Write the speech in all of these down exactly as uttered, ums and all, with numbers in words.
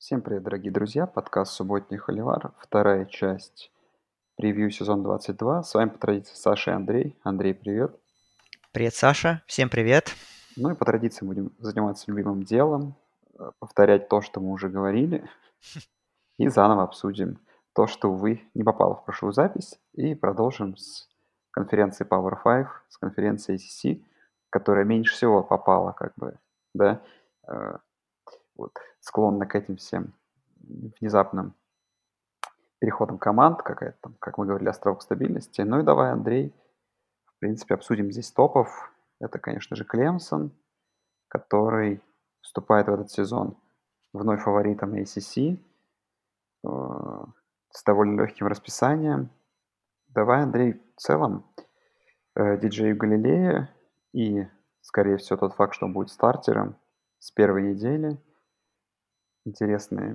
Всем привет, дорогие друзья! Подкаст «Субботний холивар», вторая часть превью сезон двадцать два. С вами по традиции Саша и Андрей. Андрей, привет! Привет, Саша. Всем привет. Ну и по традиции будем заниматься любимым делом, э, повторять то, что мы уже говорили, и заново обсудим то, что, увы, не попало в прошлую запись, и продолжим с конференции Power пять, с конференции эй си си, которая меньше всего попала, как бы, да, э, вот, склонна к этим всем внезапным переходом команд, какая-то там, как мы говорили, островок стабильности. Ну и давай, Андрей, в принципе, обсудим здесь топов. Это, конечно же, Клемсон, который вступает в этот сезон вновь фаворитом эй си си э, с довольно легким расписанием. Давай, Андрей, в целом, э, диджею Галилея и, скорее всего, тот факт, что он будет стартером с первой недели. Интересные,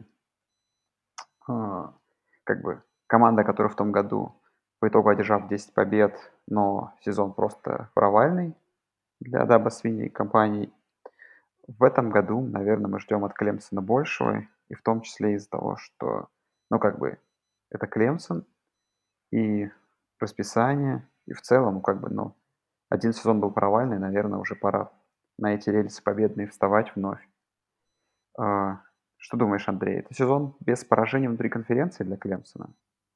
а, как бы, команда, которая в том году по итогу одержав десять побед, но сезон просто провальный для Даба Свиньи и компаний. В этом году, наверное, мы ждем от Клемсона большего, и в том числе из-за того, что, ну, как бы, это Клемсон, и расписание, и в целом, как бы, ну, один сезон был провальный, наверное, уже пора на эти рельсы победные вставать вновь. А, Что думаешь, Андрей? Это сезон без поражений внутри конференции для Клемсона?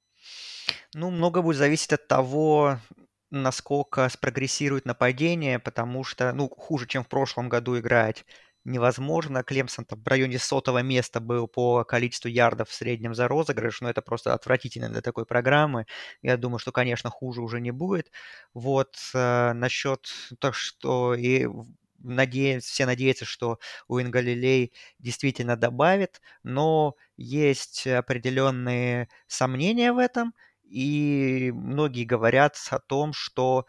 Ну, много будет зависеть от того, насколько спрогрессирует нападение, потому что, ну, хуже, чем в прошлом году играть невозможно. Клемсон там в районе сотого места был по количеству ярдов в среднем за розыгрыш, но это просто отвратительно для такой программы. Я думаю, что, конечно, хуже уже не будет. Вот э, насчет того, что и в- надеюсь, все надеются, что Уин Галилей действительно добавит, но есть определенные сомнения в этом, и многие говорят о том, что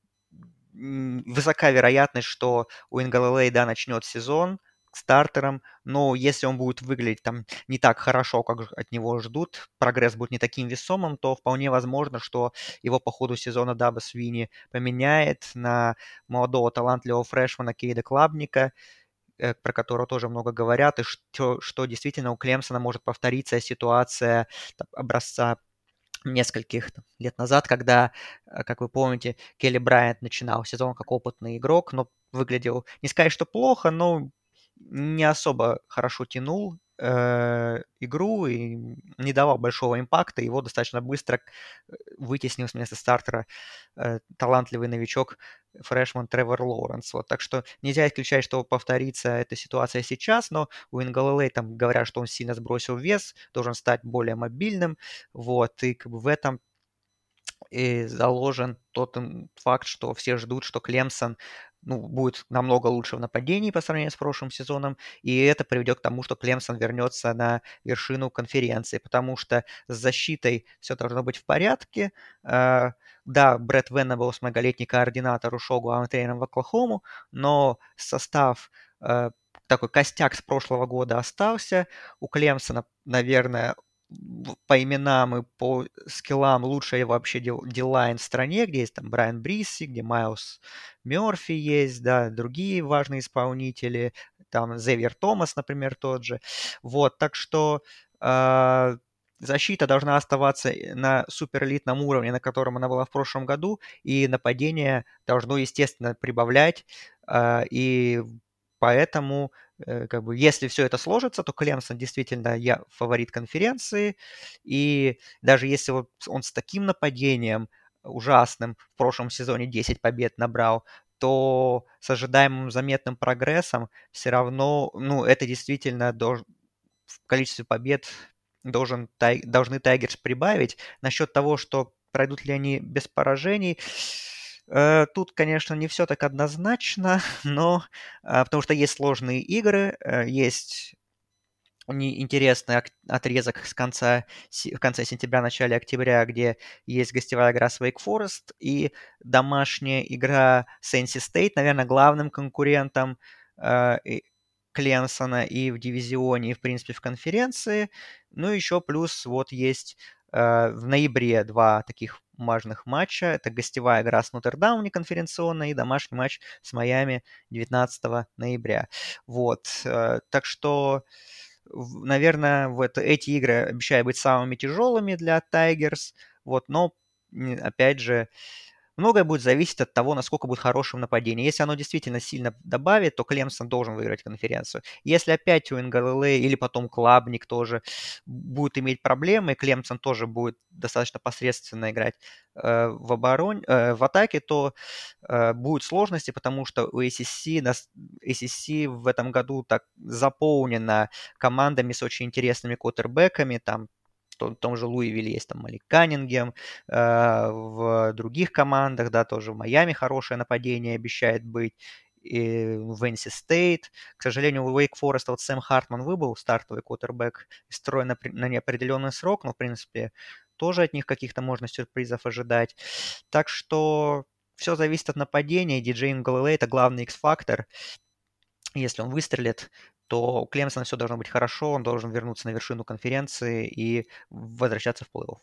м, высока вероятность, что Уин Галилей, да, начнет сезон стартером, но если он будет выглядеть там не так хорошо, как от него ждут, прогресс будет не таким весомым, то вполне возможно, что его по ходу сезона Даба Свини поменяет на молодого талантливого фрешмана Кейда Клабника, э, про которого тоже много говорят, и что, что действительно у Клемсона может повториться ситуация там, образца нескольких там, лет назад, когда, э, как вы помните, Келли Брайант начинал сезон как опытный игрок, но выглядел, не сказать, что плохо, но не особо хорошо тянул э, игру и не давал большого импакта. Его достаточно быстро э, вытеснил с места стартера э, талантливый новичок фрешман Тревор Лоуренс. Вот, так что нельзя исключать, что повторится эта ситуация сейчас, но у Ингалалей там говорят, что он сильно сбросил вес, должен стать более мобильным, вот, и как бы в этом и заложен тот м, факт, что все ждут, что Клемсон ну, будет намного лучше в нападении по сравнению с прошлым сезоном, и это приведет к тому, что Клемсон вернется на вершину конференции, потому что с защитой все должно быть в порядке. Э, Да, Брэд Веннеблс, многолетний координатор, ушел главным тренером в Оклахому, но состав э, такой костяк с прошлого года остался. У Клемсона, наверное, в- по именам и по скиллам лучшая вообще дил- дилайн в стране, где есть там Брайан Брисси, где Майлз Мёрфи есть, да, другие важные исполнители, там Зевьер Томас, например, тот же. Вот, так что а, защита должна оставаться э, на суперэлитном уровне, на котором она была в прошлом году, и нападение должно, естественно, прибавлять, а, и поэтому э, как бы, если все это сложится, то Клемсон действительно я фаворит конференции, и даже если вот он с таким нападением ужасным в прошлом сезоне десять побед набрал, то с ожидаемым заметным прогрессом все равно, ну, это действительно долж- в количестве побед должен, тай- должны Тайгерс прибавить. Насчет того, что пройдут ли они без поражений, э, тут, конечно, не все так однозначно, но а, потому что есть сложные игры, э, есть не- интересный ак- отрезок с конца, се- в конце сентября, начале октября, где есть гостевая игра с Wake Forest и домашняя игра с N C State, наверное, главным конкурентом э, и Клемсона и в дивизионе, и, в принципе, в конференции. Ну, еще плюс вот есть э, в ноябре два таких важных матча. Это гостевая игра с Нотр-Дам неконференционная и домашний матч с Майами девятнадцатого ноября. Вот. э, Так что наверное, вот эти игры обещают быть самыми тяжелыми для Tigers, вот, но, опять же, многое будет зависеть от того, насколько будет хорошим нападение. Если оно действительно сильно добавит, то Клемсон должен выиграть конференцию. Если опять у эн эл эл или потом Клабник тоже будет иметь проблемы, Клемсон тоже будет достаточно посредственно играть э, в обороне, э, в атаке, то э, будут сложности, потому что у эй си си, нас, эй си си в этом году так заполнена командами с очень интересными квотербеками, там в том же Луивилле есть там Малик Каннингем, э, в других командах, да, тоже в Майами хорошее нападение обещает быть, и в эн си State. К сожалению, у Wake Forest вот Сэм Хартман выбыл, стартовый квотербек, строен на, на неопределенный срок, но, в принципе, тоже от них каких-то можно сюрпризов ожидать. Так что все зависит от нападения. Диджей Галилей — это главный X-фактор. Если он выстрелит, то у Клемсона все должно быть хорошо, он должен вернуться на вершину конференции и возвращаться в плей-офф.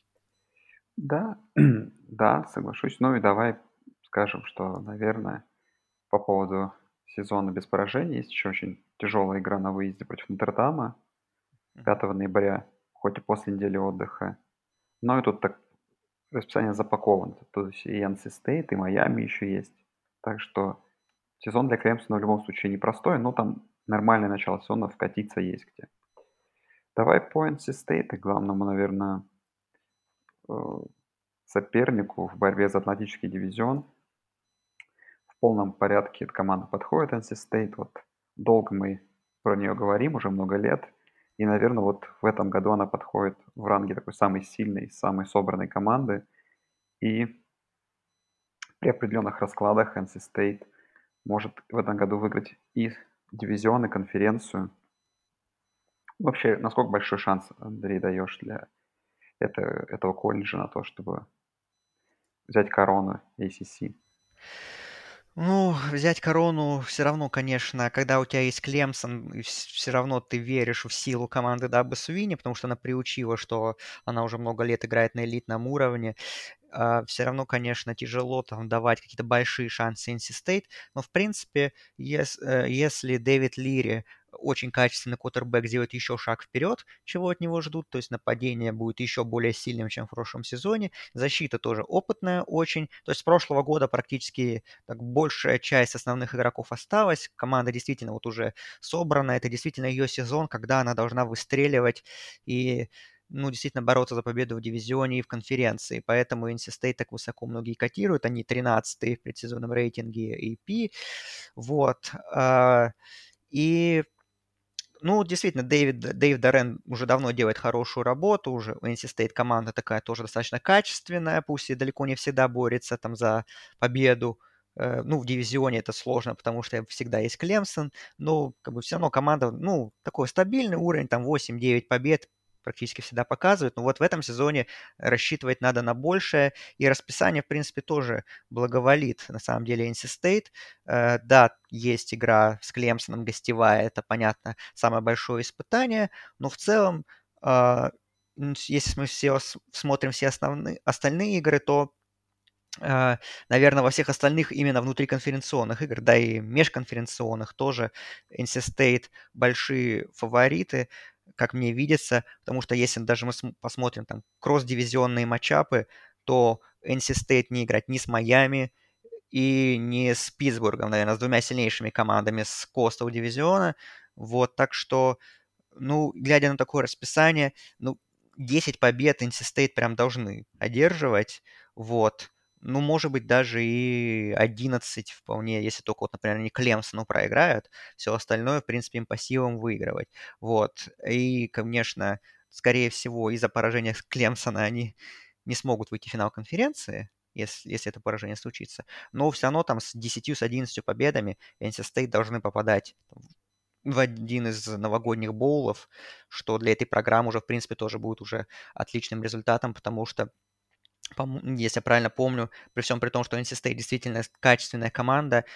Да, да, соглашусь. Ну и давай скажем, что, наверное, по поводу сезона без поражений есть еще очень тяжелая игра на выезде против Нотр-Дама пятого ноября, хоть и после недели отдыха. Но и тут так расписание запаковано. Тут и эн си State, и Майами еще есть. Так что сезон для Клемсона в любом случае непростой, но там нормальное начало сезона, вкатиться есть где. Давай по эн си State и главному, наверное, э, сопернику в борьбе за Атлантический дивизион. В полном порядке эта команда подходит, эн си State. Вот долго мы про нее говорим, уже много лет. И, наверное, вот в этом году она подходит в ранге такой самой сильной, самой собранной команды. И при определенных раскладах эн си State может в этом году выиграть и дивизион, и конференцию. Вообще, насколько большой шанс, Андрей, даешь для это, этого колледжа на то, чтобы взять корону эй си си? Ну, взять корону все равно, конечно, когда у тебя есть Клемсон, все равно ты веришь в силу команды Даба Свини, потому что она приучила, что она уже много лет играет на элитном уровне. Все равно, конечно, тяжело там давать какие-то большие шансы эн си State, но, в принципе, ес- э, если Дэвид Лири, очень качественный квотербек, сделает еще шаг вперед, чего от него ждут, то есть нападение будет еще более сильным, чем в прошлом сезоне, защита тоже опытная очень, то есть с прошлого года практически так большая часть основных игроков осталась, команда действительно вот уже собрана, это действительно ее сезон, когда она должна выстреливать и ну, действительно бороться за победу в дивизионе и в конференции. Поэтому эн си State так высоко многие котируют. Они тринадцатые в предсезонном рейтинге эй пи. Вот. А, И ну, действительно, Дэвид, Дэйв Дорен уже давно делает хорошую работу, уже у эн си State команда такая тоже достаточно качественная, пусть и далеко не всегда борется там за победу. Э, Ну, в дивизионе это сложно, потому что всегда есть Клемсон, но как бы все равно команда, ну, такой стабильный уровень, там восемь-девять побед практически всегда показывает. Но вот в этом сезоне рассчитывать надо на большее, и расписание, в принципе, тоже благоволит, на самом деле, эн си State. Э, Да, есть игра с Клемсоном гостевая, это, понятно, самое большое испытание, но в целом, а, м, с- если мы все ос- смотрим все основные, остальные игры, то, наверное, во всех остальных именно внутриконференционных игр, да и межконференционных тоже эн си State большие фавориты, как мне видится, потому что если даже мы см- посмотрим там кросс-дивизионные матчапы, то эн си State не играть ни с Майами, и не с Питтсбургом, наверное, с двумя сильнейшими командами с Coastal дивизиона. Вот, так что, ну, глядя на такое расписание, ну, десять побед эн си State прям должны одерживать. Вот. Ну, может быть, даже и одиннадцать вполне, если только, вот, например, они Клемсону проиграют. Все остальное, в принципе, им по силам выигрывать. Вот. И, конечно, скорее всего, из-за поражения с Клемсона они не смогут выйти в финал конференции, если, если это поражение случится. Но все равно там с десятью, с одиннадцатью победами эн си State должны попадать в один из новогодних боулов, что для этой программы уже, в принципе, тоже будет уже отличным результатом, потому что, если я правильно помню, при всем при том, что эн си State действительно качественная команда,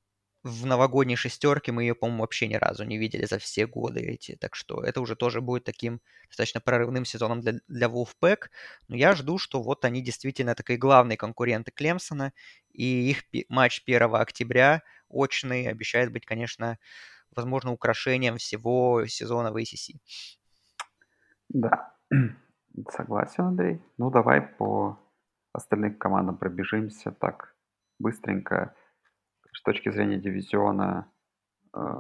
в новогодней шестерке мы ее, по-моему, вообще ни разу не видели за все годы эти. Так что это уже тоже будет таким достаточно прорывным сезоном для, для Wolfpack. Но я жду, что вот они действительно такие главные конкуренты Клемсона. И их пи- матч первого октября очный обещает быть, конечно, возможно, украшением всего сезона в эй си си. Да, согласен, Андрей. Ну, давай по остальным командам пробежимся так быстренько. С точки зрения дивизиона, э,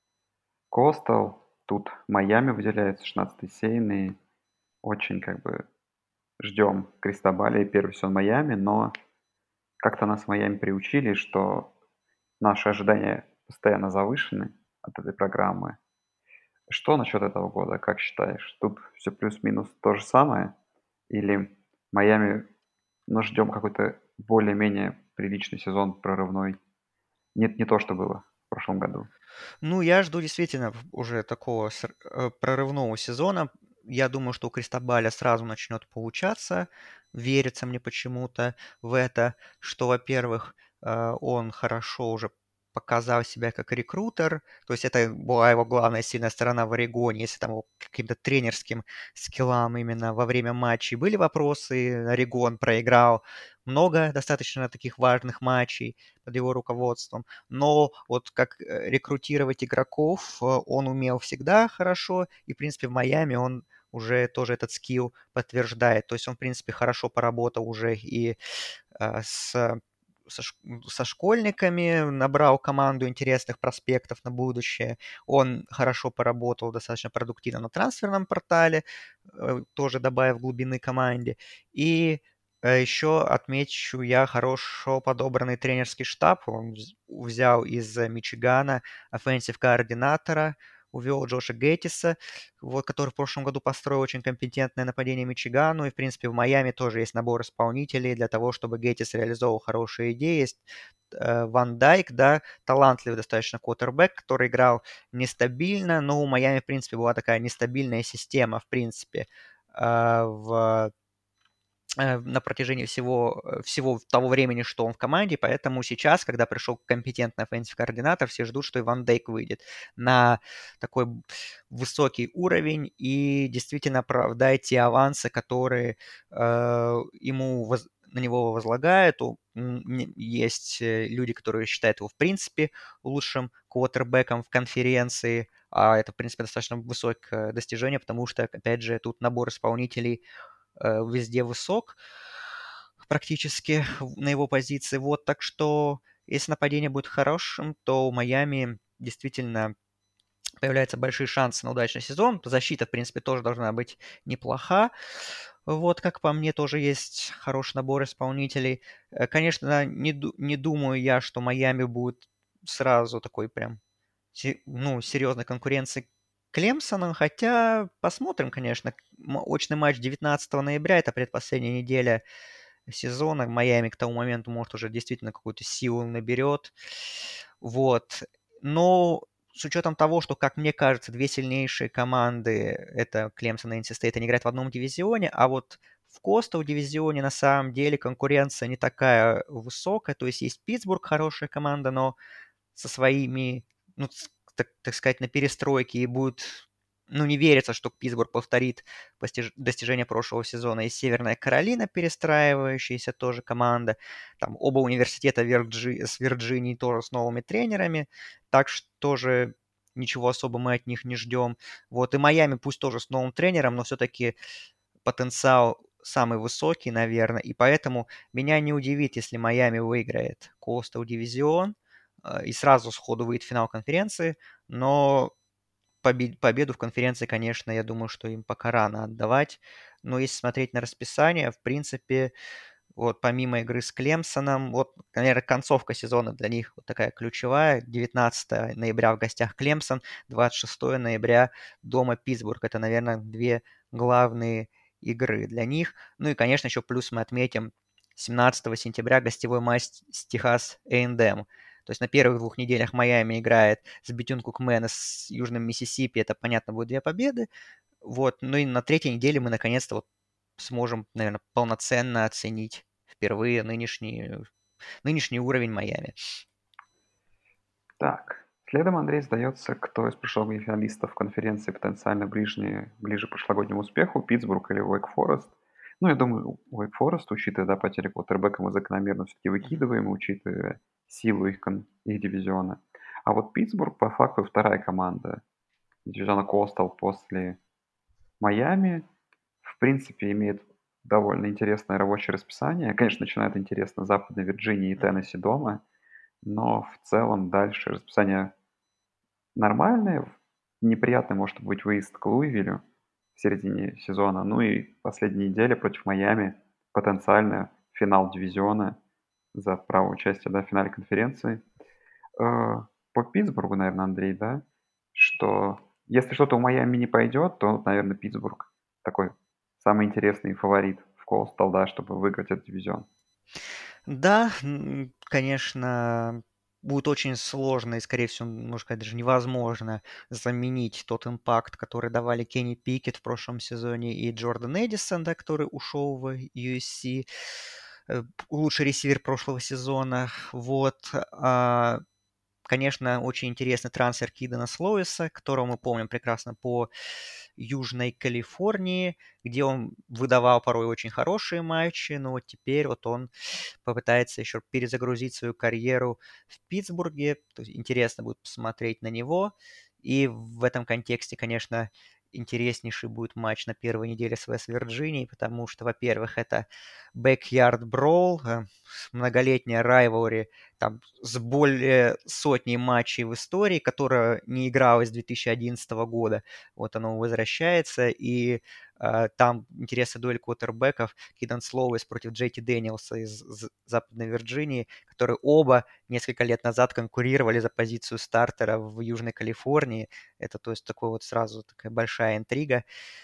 Костел, тут Майами выделяется, шестнадцатый сейный. Очень как бы ждем Кристобаля и первый сезон Майами, но как-то нас в Майами приучили, что наши ожидания постоянно завышены от этой программы. Что насчет этого года, как считаешь? Тут все плюс-минус то же самое? Или Майами, но ждем какой-то более-менее приличный сезон прорывной? Нет, не то, что было в прошлом году. Ну, я жду действительно уже такого ср- э, прорывного сезона. Я думаю, что у Кристобаля сразу начнет получаться. Верится мне почему-то в это, что, во-первых, э, он хорошо уже показал себя как рекрутер. То есть это была его главная сильная сторона в Орегоне. Если там его к каким-то тренерским скиллам именно во время матчей были вопросы, Орегон проиграл много достаточно таких важных матчей под его руководством. Но вот как э, рекрутировать игроков э, он умел всегда хорошо, и, в принципе, в Майами он уже тоже этот скилл подтверждает. То есть он, в принципе, хорошо поработал уже и э, с со, ш- со школьниками, набрал команду интересных проспектов на будущее. Он хорошо поработал, достаточно продуктивно на трансферном портале, э, тоже добавив глубины команде. И э, еще отмечу я хорошо подобранный тренерский штаб. Он вз- взял из Мичигана offensive координатора, увел Джоша Геттиса, вот, который в прошлом году построил очень компетентное нападение Мичигану. И, в принципе, в Майами тоже есть набор исполнителей для того, чтобы Геттис реализовывал хорошие идеи. Есть э, Ван Дайк, да, талантливый достаточно квотербек, который играл нестабильно, но у Майами, в принципе, была такая нестабильная система, в принципе, э, в э, на протяжении всего, э, всего того времени, что он в команде, поэтому сейчас, когда пришел компетентный offensive координатор, все ждут, что Иван Дейк выйдет на такой б- высокий уровень и действительно оправдает те авансы, которые э, ему воз- на него возлагают. У- м, не- Есть э, люди, которые считают его в принципе лучшим квотербеком в конференции, а это, в принципе, достаточно высокое достижение, потому что, опять же, тут набор исполнителей э, везде высок практически на его позиции. Вот, так что если нападение будет хорошим, то у Майами действительно появляются большие шансы на удачный сезон. Защита, в принципе, тоже должна быть неплоха. Вот, как по мне, тоже есть хороший набор исполнителей. Э, Конечно, не, ду- не думаю я, что Майами будет сразу такой прям се- ну, серьезной конкуренции Клемсоном, хотя посмотрим, конечно. М- Очный матч девятнадцатого ноября, это предпоследняя неделя сезона. Майами к тому моменту, может, уже действительно какую-то силу наберет. Вот. Но с учетом того, что, как мне кажется, две сильнейшие команды, это Клемсон и эн си Стейт, они играют в одном дивизионе, а вот в Костел дивизионе на самом деле конкуренция не такая высокая. То есть есть Питтсбург, хорошая команда, но со своими, ну, с- так, так сказать, на перестройке и будет, ну, не верится, что Питтсбург повторит постиж- достижения прошлого сезона. И Северная Каролина, перестраивающаяся тоже команда. Там оба университета Вирджи- с Вирджинии тоже с новыми тренерами. Так что тоже ничего особо мы от них не ждем. Вот и Майами пусть тоже с новым тренером, но все-таки потенциал самый высокий, наверное, и поэтому меня не удивит, если Майами выиграет Coastal Division э, и сразу сходу выйдет в финал конференции, но побе- победу в конференции, конечно, я думаю, что им пока рано отдавать. Но если смотреть на расписание, в принципе, вот помимо игры с Клемсоном, вот, наверное, концовка сезона для них вот такая ключевая. девятнадцатого ноября в гостях Клемсон, двадцать шестого ноября дома Питтсбург. Это, наверное, две главные игры для них. Ну и, конечно, еще плюс мы отметим семнадцатого сентября гостевой матч с Техас эй энд эм. То есть на первых двух неделях Майами играет с Бетюн Кукмен с Южным Миссисипи. Это, понятно, будет две победы. Вот. Ну и на третьей неделе мы наконец-то вот сможем, наверное, полноценно оценить впервые нынешний, нынешний уровень Майами. Так, следом, Андрей, сдается, кто из прошлогодних финалистов конференции потенциально ближнее, ближе к прошлогоднему успеху, Питтсбург или Уэйк Форест. Ну, я думаю, Уэйк Форест, учитывая, да, потерю квотербека, мы закономерно все-таки выкидываем, учитывая силу их, кон- их дивизиона. А вот Питтсбург по факту вторая команда дивизиона Coastal после Майами. В принципе, имеет довольно интересное рабочее расписание. Конечно, начинает интересно Западной Вирджинии и Мгм. Теннесси дома, но в целом дальше расписание нормальное. Неприятный может быть выезд к Луивилю в середине сезона. Ну и последняя неделя против Майами. Потенциально финал дивизиона за право участия, да, в финале конференции. Э, По Питтсбургу, наверное, Андрей, да, что если что-то у Майами не пойдет, то, наверное, Питтсбург такой самый интересный фаворит в Коустал, да, чтобы выиграть этот дивизион. Да, м, конечно, будет очень сложно и, скорее всего, можно сказать, даже невозможно заменить тот импакт, который давали Кенни Пикет в прошлом сезоне и Джордан Эдисон, да, который ушел в ю эс си, э, лучший ресивер прошлого сезона. Вот. А, Конечно, очень интересный трансфер Кидана Слоуиса, которого мы помним прекрасно по Южной Калифорнии, где он выдавал порой очень хорошие матчи, но вот теперь вот он попытается еще перезагрузить свою карьеру в Питтсбурге. То есть интересно будет посмотреть на него. И в этом контексте, конечно, интереснейший будет матч на первой неделе с Вест-Вирджинией, потому что, во-первых, это Backyard Brawl, э, многолетняя райвелри, там, с более сотней матчей в истории, которая не игралась с две тысячи одиннадцатого года. Вот оно возвращается, и э, там интересная дуэль квотербеков Кидан Слоуис против Джей Ти Дэниелса из З- Западной Вирджинии, которые оба несколько лет назад конкурировали за позицию стартера в Южной Калифорнии. Это, то есть, такой вот сразу такая большая интрига.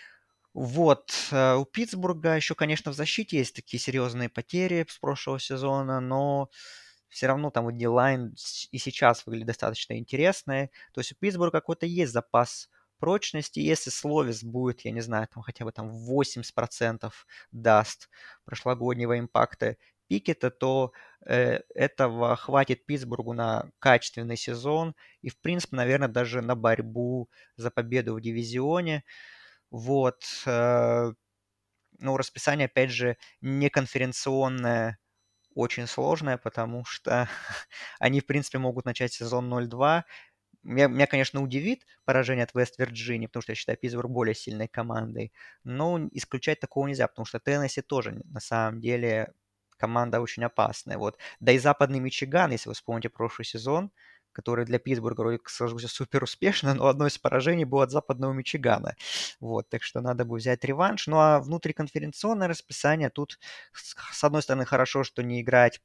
Вот, э, у Питтсбурга еще, конечно, в защите есть такие серьезные потери с прошлого сезона, но все равно там вот D-line и сейчас выглядит достаточно интересные. То есть у Питтсбурга какой-то есть запас прочности. Если Словис будет, я не знаю, там хотя бы там восемьдесят процентов даст прошлогоднего импакта Пикета, то э, этого хватит Питтсбургу на качественный сезон и, в принципе, наверное, даже на борьбу за победу в дивизионе. Вот. э, Ну, расписание, опять же, не конференционное, очень сложное, потому что они, в принципе, могут начать сезон ноль-два. Меня, меня, конечно, удивит поражение от Вест-Вирджинии, потому что я считаю Питтсбург более сильной командой. Но исключать такого нельзя, потому что Теннесси тоже, на самом деле, команда очень опасная. Вот. Да и Западный Мичиган, если вы вспомните прошлый сезон, который для Питтсбурга вроде как сложился супер успешно, но одно из поражений было от Западного Мичигана. Вот, так что надо будет взять реванш. Ну а внутриконференционное расписание тут, с с одной стороны, хорошо, что не играть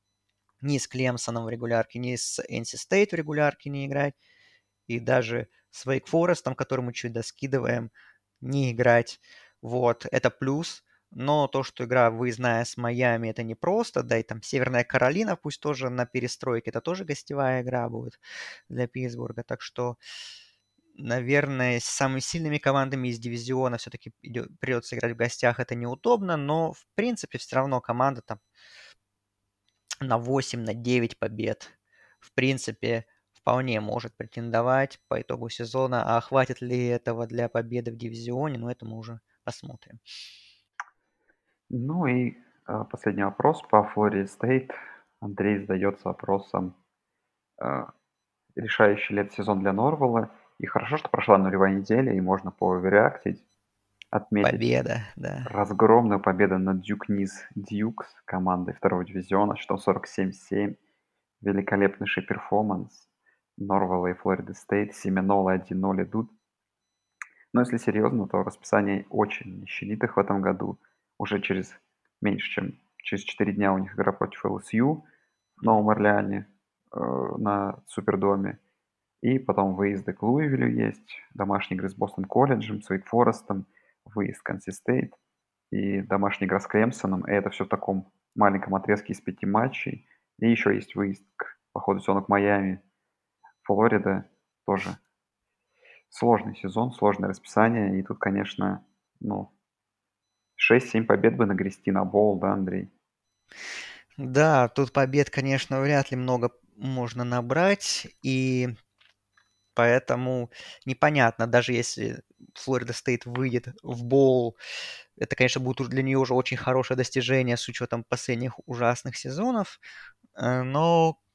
ни с Клемсоном в регулярке, ни с Эн Си Стейт в регулярке не играть, и даже с Wake Forest, который мы чуть доскидываем, не играть. Вот, это плюс. Но то, что игра выездная с Майами, это не просто, да, и там Северная Каролина, пусть тоже на перестройке, это тоже гостевая игра будет для Питтсбурга. Так что, наверное, с самыми сильными командами из дивизиона все-таки придется играть в гостях, это неудобно, но, в принципе, все равно команда там на восемь, на девять побед, в принципе, вполне может претендовать по итогу сезона. А хватит ли этого для победы в дивизионе, ну, это мы уже посмотрим. Ну и э, последний вопрос по Флориде Стейт. Андрей задается вопросом, э, решающий ли это сезон для Норвелла. И хорошо, что прошла нулевая неделя, и можно повереактить, отметить Победа, да. разгромную победу над Дюк Низ Дьюкс командой второго дивизиона, что сорок семь семь. Великолепнейший перформанс Норвелла и Флориды Стейт. Семенолы один ноль идут. Но если серьезно, то расписание очень не щадит их в этом году. Уже через меньше, чем через четыре дня у них игра против Эл Эс Ю в Новом Орлеане э, на Супердоме. И потом выезды к Луивилю есть, домашний игры с Бостон Колледжем, с Уэйк Форестом, выезд в Канси Стейт и домашняя игра с Клемсоном. И это все в таком маленьком отрезке из пяти матчей. И еще есть выезд к, по ходу сезона к Майами, Флорида. Тоже сложный сезон, сложное расписание. И тут, конечно, ну, шесть-семь побед бы нагрести на боул, да, Андрей? Да, тут побед, конечно, вряд ли много можно набрать, и поэтому непонятно, даже если Флорида Стейт выйдет в боул, это, конечно, будет для нее уже очень хорошее достижение с учетом последних ужасных сезонов, э, но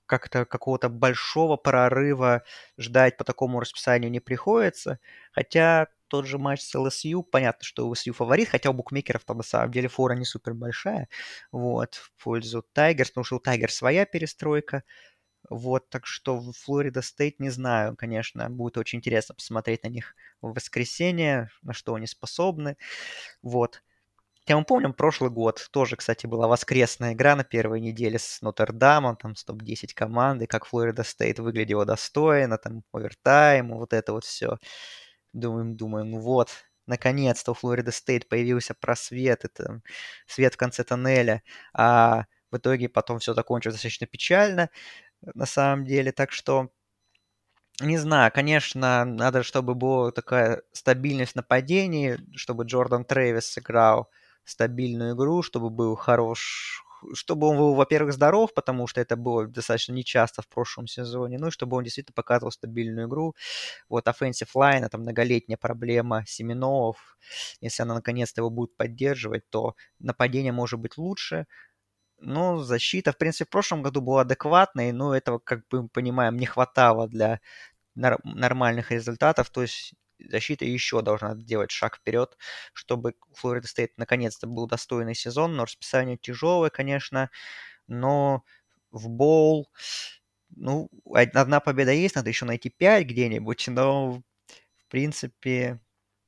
как-то какого-то большого прорыва ждать по такому расписанию не приходится. Хотя тот же матч с эл эс ю, понятно, что эл эс ю фаворит, хотя у букмекеров там на самом деле фора не супер большая, вот, в пользу Тайгерс, потому что у Тайгерс своя перестройка, вот, так что в Флорида Стейт не знаю, конечно, будет очень интересно посмотреть на них в воскресенье, на что они способны, вот. Я мы помним прошлый год, тоже, кстати, была воскресная игра на первой неделе с Нотр-Дамом, там с топ десять команды, как Флорида Стейт выглядела достойно, там овертайм, вот это вот все. Думаем, думаем, ну вот, наконец-то у Флорида Стейт появился просвет, это свет в конце тоннеля, а в итоге потом все закончилось достаточно печально, на самом деле, так что не знаю, конечно, надо, чтобы была такая стабильность в нападении, чтобы Джордан Трэвис сыграл стабильную игру, чтобы был хорош, чтобы он был, во-первых, здоров, потому что это было достаточно нечасто в прошлом сезоне, ну и чтобы он действительно показывал стабильную игру. Вот offensive line, это многолетняя проблема Семенов. Если она наконец-то его будет поддерживать, то нападение может быть лучше. Но защита, в принципе, в прошлом году была адекватной, но этого, как мы понимаем, не хватало для нар- нормальных результатов, то есть защита еще должна делать шаг вперед, чтобы Флорида Стейт наконец-то был достойный сезон, но расписание тяжелое, конечно, но в боул, ну, од- одна победа есть, надо еще найти пять где-нибудь, но, в принципе,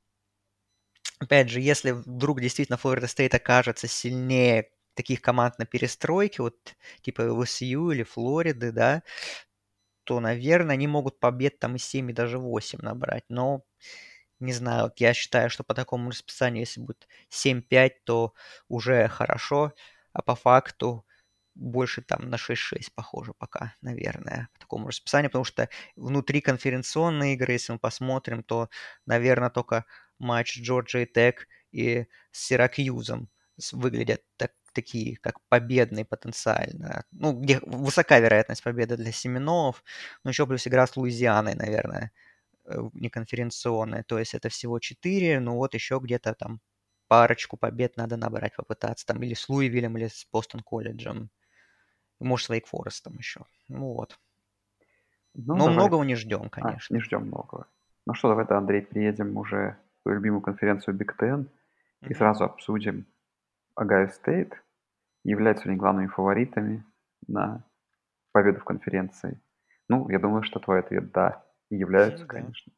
опять же, если вдруг действительно Флорида Стейт окажется сильнее таких команд на перестройке, вот типа эл эс ю или Флориды, да, то, наверное, они могут побед там и семь, и даже восемь набрать. Но не знаю, вот я считаю, что по такому расписанию, если будет семь пять, то уже хорошо, а по факту больше там на шесть шесть похоже пока, наверное, по такому расписанию, потому что внутри конференционные игры, если мы посмотрим, то, наверное, только матч Джорджия Тек и с Сиракьюзом с- выглядят так, такие, как победные потенциально. Ну, где высока вероятность победы для Семенов, но еще плюс игра с Луизианой, наверное, э, неконференционная, то есть это всего четыре, ну вот еще где-то там парочку побед надо набрать, попытаться там или с Луивиллем, или с Бостон колледжем, может, с Вейк Форестом еще. Ну вот. Ну, Но давай. многого не ждем, А, не конечно. ждем многого. Ну что, давай, тогда, Андрей, приедем уже в твою любимую конференцию Биг Ten и Мгм. сразу обсудим Огайо Стейт. Являются они главными фаворитами на победу в конференции. Ну, я думаю, что твой ответ «да». И являются, Да. конечно.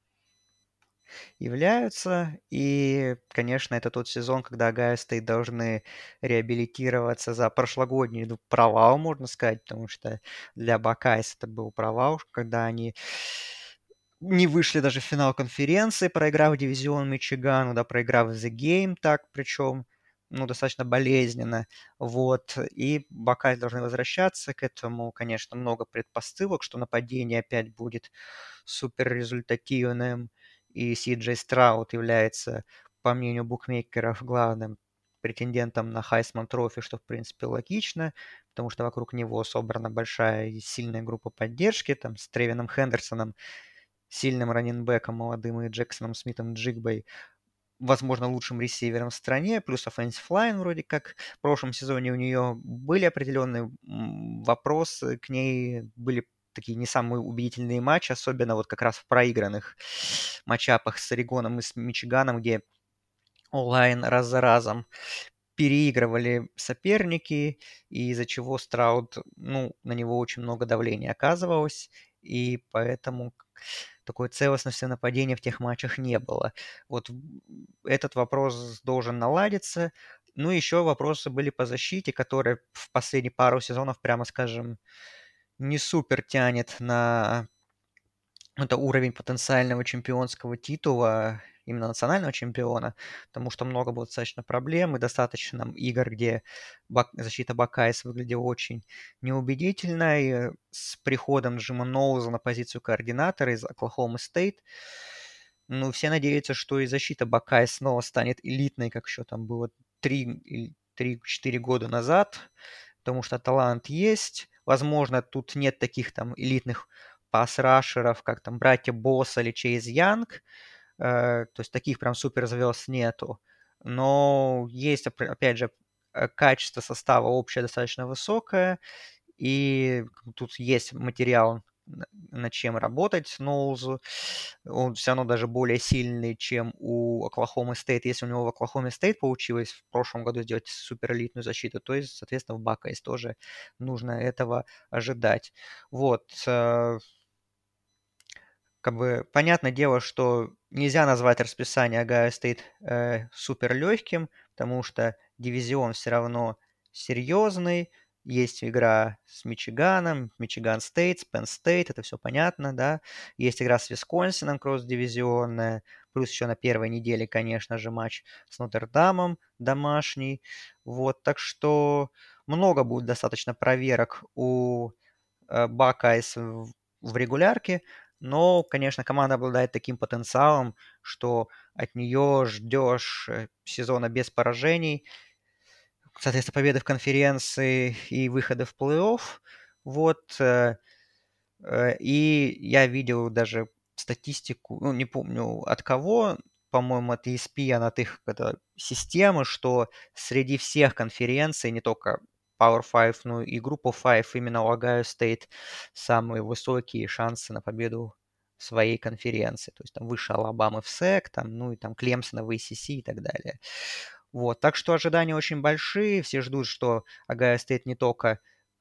Являются. И, конечно, это тот сезон, когда Огайо Стейт должны реабилитироваться за прошлогодний ну, провал, можно сказать, потому что для Бакайс это был провал, когда они не вышли даже в финал конференции, проиграв дивизион Мичигану, да, проиграв The Game так, причем, ну, достаточно болезненно, вот, и Бакайс должны возвращаться к этому, конечно, много предпосылок, что нападение опять будет супер результативным, и Си Джей Страут является, по мнению букмекеров, главным претендентом на Хайсман Трофи, что, в принципе, логично, потому что вокруг него собрана большая и сильная группа поддержки, там, с Тревином Хендерсоном, сильным раннинбеком молодым и Джексоном Смитом Джигбой, возможно, лучшим ресивером в стране, плюс offensive line вроде как. В прошлом сезоне у нее были определенные м, вопросы к ней, были такие не самые убедительные матчи, особенно вот как раз в проигранных матчапах с Орегоном и с Мичиганом, где онлайн раз за разом переигрывали соперники, и из-за чего Страуд, ну, на него очень много давления оказывалось, и поэтому такой целостности нападения в тех матчах не было. Вот этот вопрос должен наладиться. Ну, еще вопросы были по защите, которая в последние пару сезонов, прямо скажем, не супер тянет на это уровень потенциального чемпионского титула, именно национального чемпиона, потому что много было достаточно проблем и достаточно игр, где Бак- защита Бакайс выглядела очень неубедительно. И с приходом Джима Ноуза на позицию координатора из Оклахомы Стейт, ну, все надеются, что и защита Бакайс снова станет элитной, как еще там было три четыре года назад, потому что талант есть. Возможно, тут нет таких там элитных пас-рашеров, как там братья Босс или Чейз Янг, э, то есть таких прям суперзвезд нету. Но есть, опять же, э, качество состава общее достаточно высокое, И тут есть материал, н- над чем работать Ноузу. Он все равно даже более сильный, чем у Оклахомы Стейт. Если у него в Оклахоме Стейт получилось в прошлом году сделать суперэлитную защиту, то есть, соответственно, в Бакайс тоже нужно этого ожидать. Вот. э, Как бы понятное дело, что нельзя назвать расписание Огайо Стейт э, супер легким, потому что дивизион все равно серьезный. Есть игра с Мичиганом, Мичиган Стейт, Пенн Стейт, это все понятно, да. Есть игра с Висконсином, кросс-дивизионная. Плюс еще на первой неделе, конечно же, матч с Нотр-Дамом домашний. Вот, так что много будет достаточно проверок у э, Buckeyes в, в регулярке, но, конечно, команда обладает таким потенциалом, что от нее ждешь э, сезона без поражений, соответственно, победы в конференции и выхода в плей-офф. Вот, э, Э, И я видел даже статистику, ну, не помню от кого, по-моему, от и эс пи эн, от их это, системы, что среди всех конференций, не только Power пять, но и Группа пять, именно у Ohio State самые высокие шансы на победу в своей конференции. То есть там выше Алабамы в сек, там, ну и там Клемсона в эй си си и так далее. Вот, так что ожидания очень большие. Все ждут, что Ohio State не только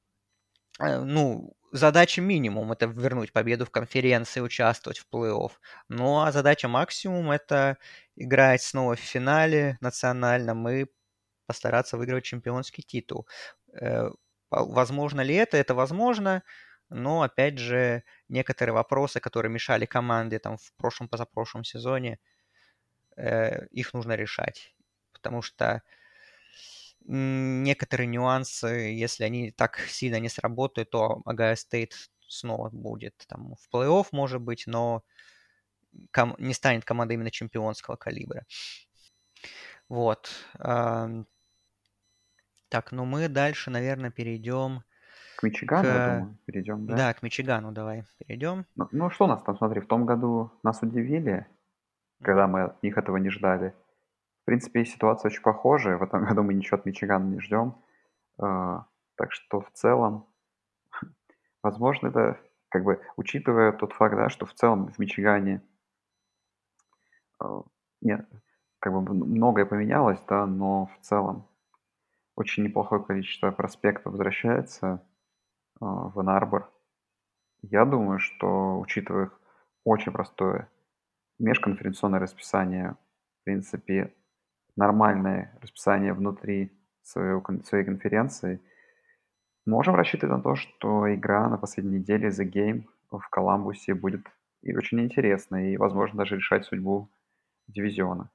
э, ну, задача минимум — это вернуть победу в конференции, участвовать в плей-офф. Ну, а задача максимум — это играть снова в финале национальном и постараться выиграть чемпионский титул. Э, по- Возможно ли это? Это возможно, но, опять же, некоторые вопросы, которые мешали команде там в прошлом, позапрошлом сезоне, э, их нужно решать. Потому что м, некоторые нюансы, если они так сильно не сработают, то Агайо Стейт снова будет там в плей-офф, может быть, но ком- не станет командой именно чемпионского калибра. Вот. ам, Так, ну мы дальше, наверное, перейдем К Мичигану, я к... думаю, перейдем, да? Да, к Мичигану давай перейдем. Ну, ну что нас там, смотри, в том году нас удивили, когда Мгм. мы от них этого не ждали. В принципе, ситуация очень похожая. В этом году мы ничего от Мичигана не ждем. А, Так что в целом, возможно, это как бы учитывая тот факт, да, что в целом в Мичигане а, нет, как бы м- многое поменялось, да, но в целом очень неплохое количество проспектов возвращается а, в Анн-Арбор. Я думаю, что, учитывая их очень простое межконференционное расписание, в принципе, нормальное расписание внутри своего, кон- своей конференции, можем рассчитывать на то, что игра на последней неделе The Game в Коламбусе будет и очень интересной, и, возможно, даже решать судьбу дивизиона.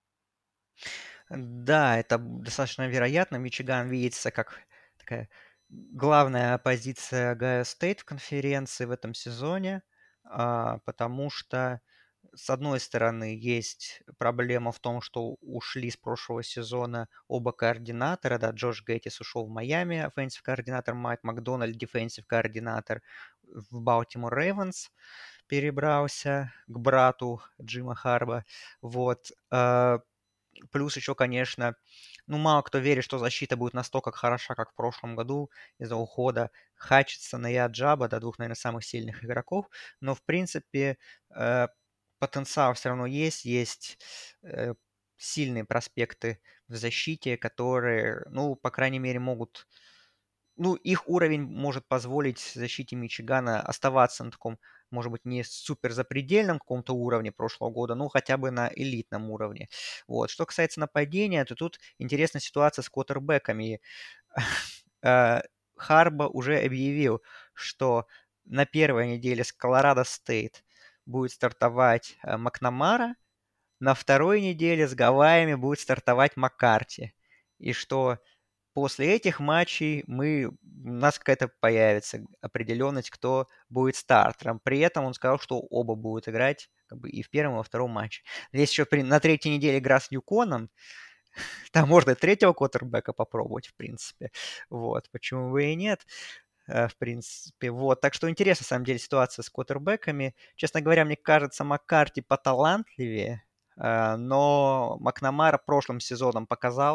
Да, это достаточно вероятно. Мичиган видится как такая главная оппозиция Огайо Стейт в конференции в этом сезоне, а, потому что, с одной стороны, есть проблема в том, что ушли с прошлого сезона оба координатора. Да, Джош Гэттис ушел в Майами, offensive координатор, Майк Макдональд, defensive координатор в Балтимор Рейвенс перебрался к брату Джима Харба. Вот. а, Плюс еще, конечно, ну, мало кто верит, что защита будет настолько хороша, как в прошлом году из-за ухода Хатчинсона и Аджаба, до двух, наверное, самых сильных игроков. Но, в принципе, э, потенциал все равно есть. Есть э, сильные проспекты в защите, которые, ну, по крайней мере, могут ну, их уровень может позволить защите Мичигана оставаться на таком, может быть, не супер запредельном каком-то уровне прошлого года, но хотя бы на элитном уровне. Вот. Что касается нападения, то тут интересная ситуация с квотербеками. Э, Харба уже объявил, что на первой неделе с Колорадо Стейт будет стартовать э, Макнамара, на второй неделе с Гавайями будет стартовать Маккарти. И что после этих матчей мы, у нас какая-то появится определенность, кто будет стартером. При этом он сказал, что оба будут играть как бы и в первом, и во втором матче. Здесь еще при, на третьей неделе игра с Юконом. Там можно и третьего квотербека попробовать, в принципе. Вот, почему бы и нет, э, в принципе. Вот, так что интересна, на самом деле, ситуация с квотербеками. Честно говоря, мне кажется, Маккарти поталантливее, э, но Макнамара прошлым сезоном показал,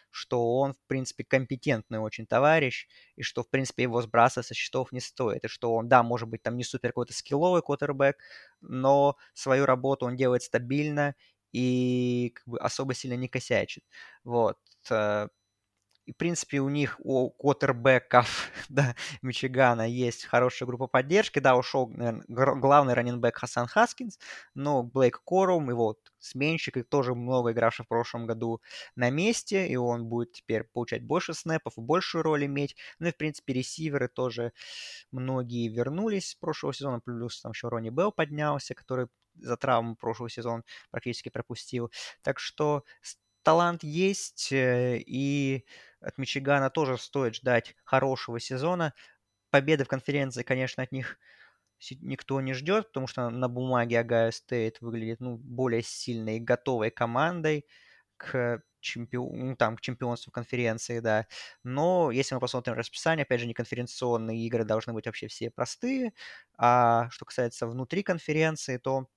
что он, в принципе, компетентный очень товарищ, и что, в принципе, его сбрасывать со счетов не стоит, и что он, да, может быть, там не супер какой-то скилловый квотербек, но свою работу он делает стабильно и как бы особо сильно не косячит. Вот. э, и, в принципе, у них, у квотербеков, да, Мичигана есть хорошая группа поддержки. Да, ушел, наверно, гр- главный раннинбэк Хасан Хаскинс, но Блейк Корум, его вот сменщик, и тоже много игравший в прошлом году на месте, и он будет теперь получать больше снэпов и большую роль иметь. Ну и, в принципе, ресиверы тоже многие вернулись с прошлого сезона, плюс там еще Ронни Белл поднялся, который за травму прошлого сезона практически пропустил. Так что с- талант есть, э, и от Мичигана тоже стоит ждать хорошего сезона. Победы в конференции, конечно, от них си- никто не ждет, потому что на бумаге Огайо Стейт выглядит ну, более сильной и готовой командой к чемпион, ну, там, к чемпионству конференции, да. Но если мы посмотрим расписание, опять же, неконференционные игры должны быть вообще все простые. А что касается внутри конференции, то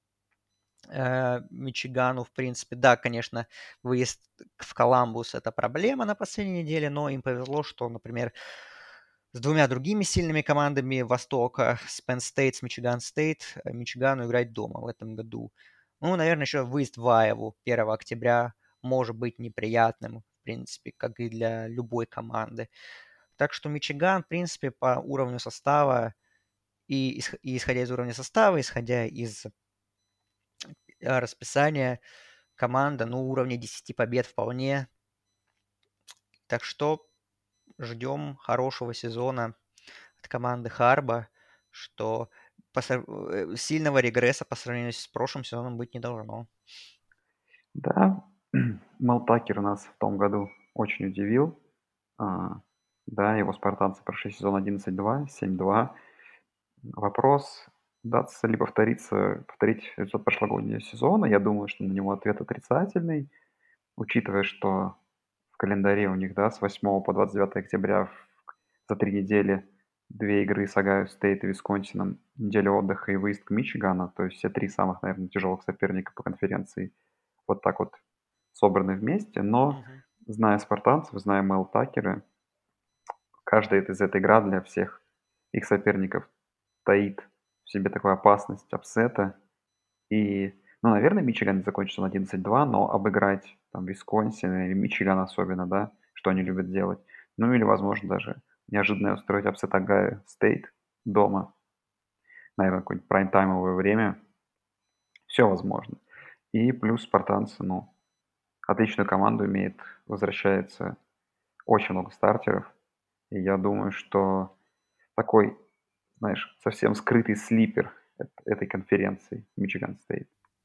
э, Мичигану, в принципе, да, конечно, выезд в Коламбус — это проблема на последней неделе, но им повезло, что, например, с двумя другими сильными командами Востока, с Penn State, с Мичиган Стейт, э, Мичигану играть дома в этом году. Ну, наверное, еще выезд в Айову первого октября может быть неприятным, в принципе, как и для любой команды. Так что Мичиган, в принципе, по уровню состава и, исх- и исходя из уровня состава, исходя из э, расписания, команда, ну, уровня десяти побед вполне. Так что ждем хорошего сезона от команды Харба, что по срав- э, сильного регресса по сравнению с прошлым сезоном быть не должно. Да, Мел Такер нас в том году очень удивил. А, да, его спартанцы прошли сезон одиннадцать два, семь два. Вопрос, удастся ли повториться, повторить результат прошлогоднего сезона. Я думаю, что на него ответ отрицательный, учитывая, что в календаре у них, да, с восьмого по двадцать девятое октября в- за три недели две игры с Огайо Стейт и Висконсином, неделя отдыха и выезд к Мичигану, то есть все три самых, наверное, тяжелых соперника по конференции вот так вот собраны вместе, но Мгм. зная спартанцев, зная Мэл Такера, каждая из этой игра для всех их соперников таит в себе такую опасность апсета. И, ну, наверное, Мичиган не закончится на одиннадцать два, но обыграть там Висконсин или Мичиган особенно, да, что они любят делать. Ну или, возможно, даже неожиданно устроить апсет Огайо Стейт дома, наверное, какое-нибудь прайм-таймовое время. Все возможно. И плюс спартанцы, ну, отличную команду имеет, возвращается очень много стартеров. И я думаю, что такой, знаешь, совсем скрытый слипер эт- этой конференции Мичиган Стейт.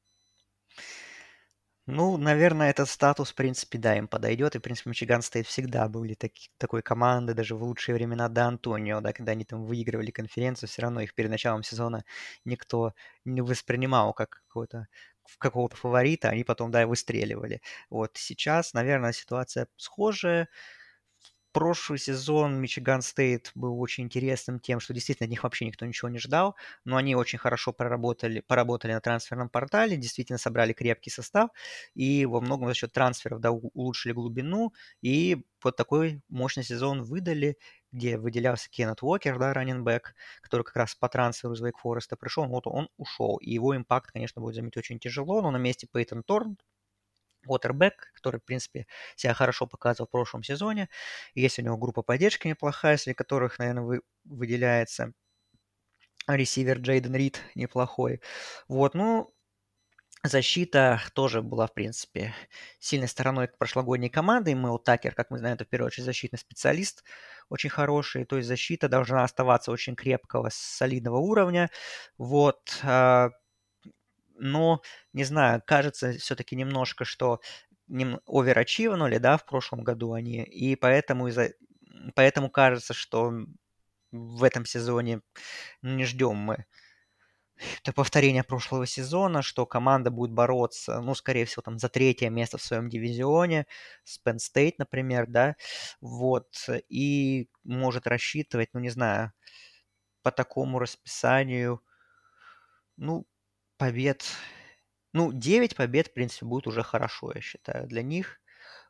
Ну, наверное, этот статус, в принципе, да, им подойдет. И, в принципе, Мичиган Стейт всегда были таки- такой командой, даже в лучшие времена до Антонио, да, когда они там выигрывали конференцию, все равно их перед началом сезона никто не воспринимал как какого-то какого-то фаворита, они потом, да, выстреливали. Вот сейчас, наверное, ситуация схожая. Прошлый сезон Мичиган Стейт был очень интересным тем, что действительно от них вообще никто ничего не ждал, но они очень хорошо проработали, поработали на трансферном портале, действительно собрали крепкий состав и во многом за счет трансферов да, у- улучшили глубину и вот такой мощный сезон выдали, где выделялся Кеннет Уокер, да, раннинбэк, который как раз по трансферу из Вейк Фореста пришел, вот он ушел, и его импакт, конечно, будет заметить очень тяжело, но на месте Пейтон Торн, Уотербек, который, в принципе, себя хорошо показывал в прошлом сезоне. Есть у него группа поддержки неплохая, среди которых, наверное, вы, выделяется ресивер Джейден Рид неплохой. Вот, ну, защита тоже была, в принципе, сильной стороной прошлогодней команды. И Мэл Такер, как мы знаем, это в первую очередь защитный специалист, очень хороший. То есть защита должна оставаться очень крепкого, солидного уровня. Вот. а, Но, не знаю, кажется все-таки немножко, что нем оверачивнули, да, в прошлом году они, и поэтому из-за поэтому кажется, что в этом сезоне не ждем мы это повторения прошлого сезона, что команда будет бороться, ну, скорее всего, там за третье место в своем дивизионе с Penn State, например, да, вот, и может рассчитывать, ну, не знаю, по такому расписанию, ну, побед. Ну, девять побед, в принципе, будет уже хорошо, я считаю, для них.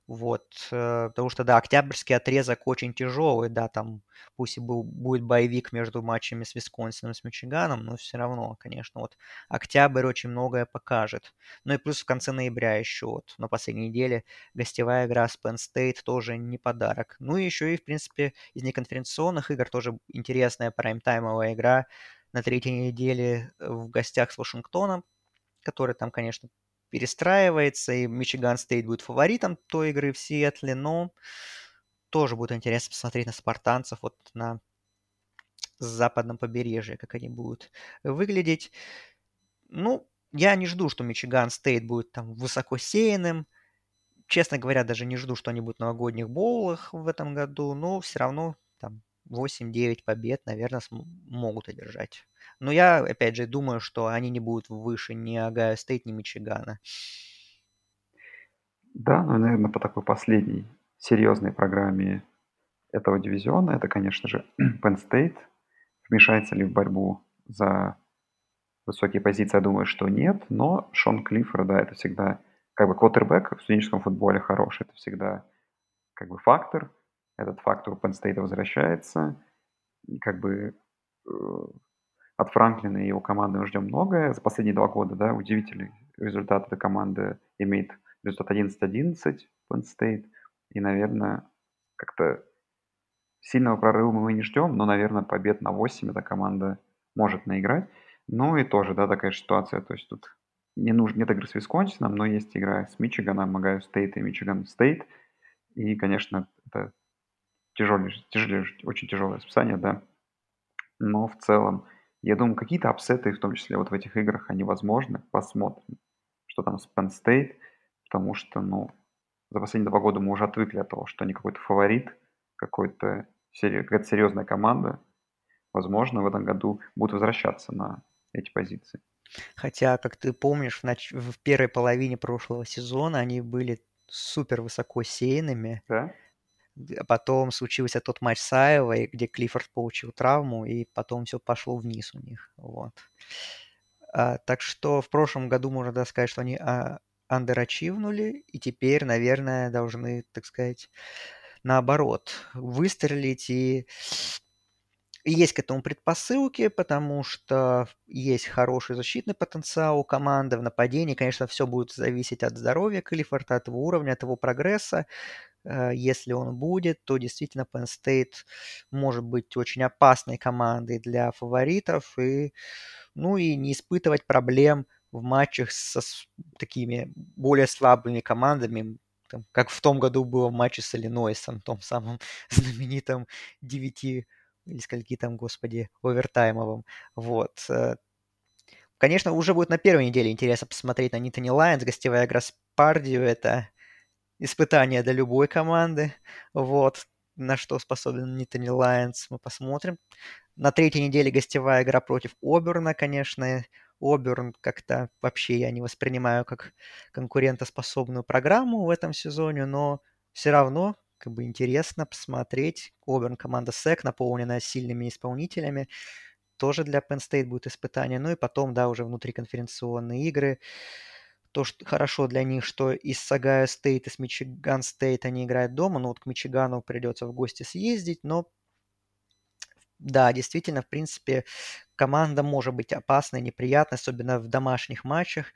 Вот, э, потому что, да, октябрьский отрезок очень тяжелый, да, там пусть и был, будет боевик между матчами с Висконсином и с Мичиганом, но все равно, конечно, вот октябрь очень многое покажет. Ну и плюс в конце ноября еще вот на последней неделе гостевая игра с Penn State тоже не подарок. Ну и еще и, в принципе, из неконференционных игр тоже интересная прайм-таймовая игра на третьей неделе в гостях с Вашингтоном, который там, конечно, перестраивается, и Мичиган Стейт будет фаворитом той игры в Сиэтле, но тоже будет интересно посмотреть на спартанцев, вот на западном побережье, как они будут выглядеть. Ну, я не жду, что Мичиган Стейт будет там высоко сеянным. Честно говоря, даже не жду, что они будут в новогодних боулах в этом году, но все равно там восемь-девять побед, наверное, могут одержать. Но я, опять же, думаю, что они не будут выше ни Огайо Стейт, ни Мичигана. Да, ну, наверное, по такой последней серьезной программе этого дивизиона, это, конечно же, Penn State. Вмешается ли в борьбу за высокие позиции, я думаю, что нет, но Шон Клиффорд, да, это всегда как бы квотербек в студенческом футболе хороший, это всегда как бы фактор. Этот фактор у Penn State возвращается. И как бы э, от Франклина и его команды мы ждем многое. За последние два года, да, удивительный результат эта команда имеет результат одиннадцать одиннадцать Penn State. И, наверное, как-то сильного прорыва мы не ждем, но, наверное, побед на восемь эта команда может наиграть. Ну и тоже, да, такая же ситуация. То есть тут не нужно, нет игры с Висконсином, но есть игра с Мичиганом, Огайо Стейт и Мичиган Стейт. И, конечно, это тяжелее, тяжелее, очень тяжелое расписание, да. Но в целом, я думаю, какие-то апсеты, в том числе вот в этих играх, они возможны. Посмотрим, что там с Penn State, потому что, ну, за последние два года мы уже отвыкли от того, что они какой-то фаворит, какой-то, сери- какая-то серьезная команда. Возможно, в этом году будут возвращаться на эти позиции. Хотя, как ты помнишь, в, нач... в первой половине прошлого сезона они были супер высоко сеянными, Да? а потом случился тот матч с Айовой, где Клиффорд получил травму, и потом все пошло вниз у них. Вот. А, так что в прошлом году можно да, сказать, что они а, андерачивнули, и теперь, наверное, должны, так сказать, наоборот, выстрелить. И, и есть к этому предпосылки, потому что есть хороший защитный потенциал у команды в нападении. Конечно, все будет зависеть от здоровья Клиффорда, от его уровня, от его прогресса. Э, Если он будет, то действительно Penn State может быть очень опасной командой для фаворитов. И ну и не испытывать проблем в матчах со с такими более слабыми командами, там, как в том году было в матче с Иллинойсом, том самом знаменитом девяти или скольки там, господи, овертаймовом. Вот. Э, Конечно, уже будет на первой неделе интересно посмотреть на Нитани Лайонс, гостевая игра с Пардию, это испытание для любой команды. Вот. На что способен Нитани Лайонс, мы посмотрим. На третьей неделе гостевая игра против Оберна, конечно. Оберн как-то вообще я не воспринимаю как конкурентоспособную программу в этом сезоне, но все равно как бы интересно посмотреть. Оберн команда сэк, наполненная сильными исполнителями. Тоже для Penn State будет испытание. Ну и потом, да, уже внутриконференционные игры. То, что хорошо для них, что и с Огайо Стейт, и с Мичиган Стейт они играют дома. Ну вот к Мичигану придется в гости съездить, но да, действительно, в принципе, команда может быть опасной, неприятной, особенно в домашних матчах.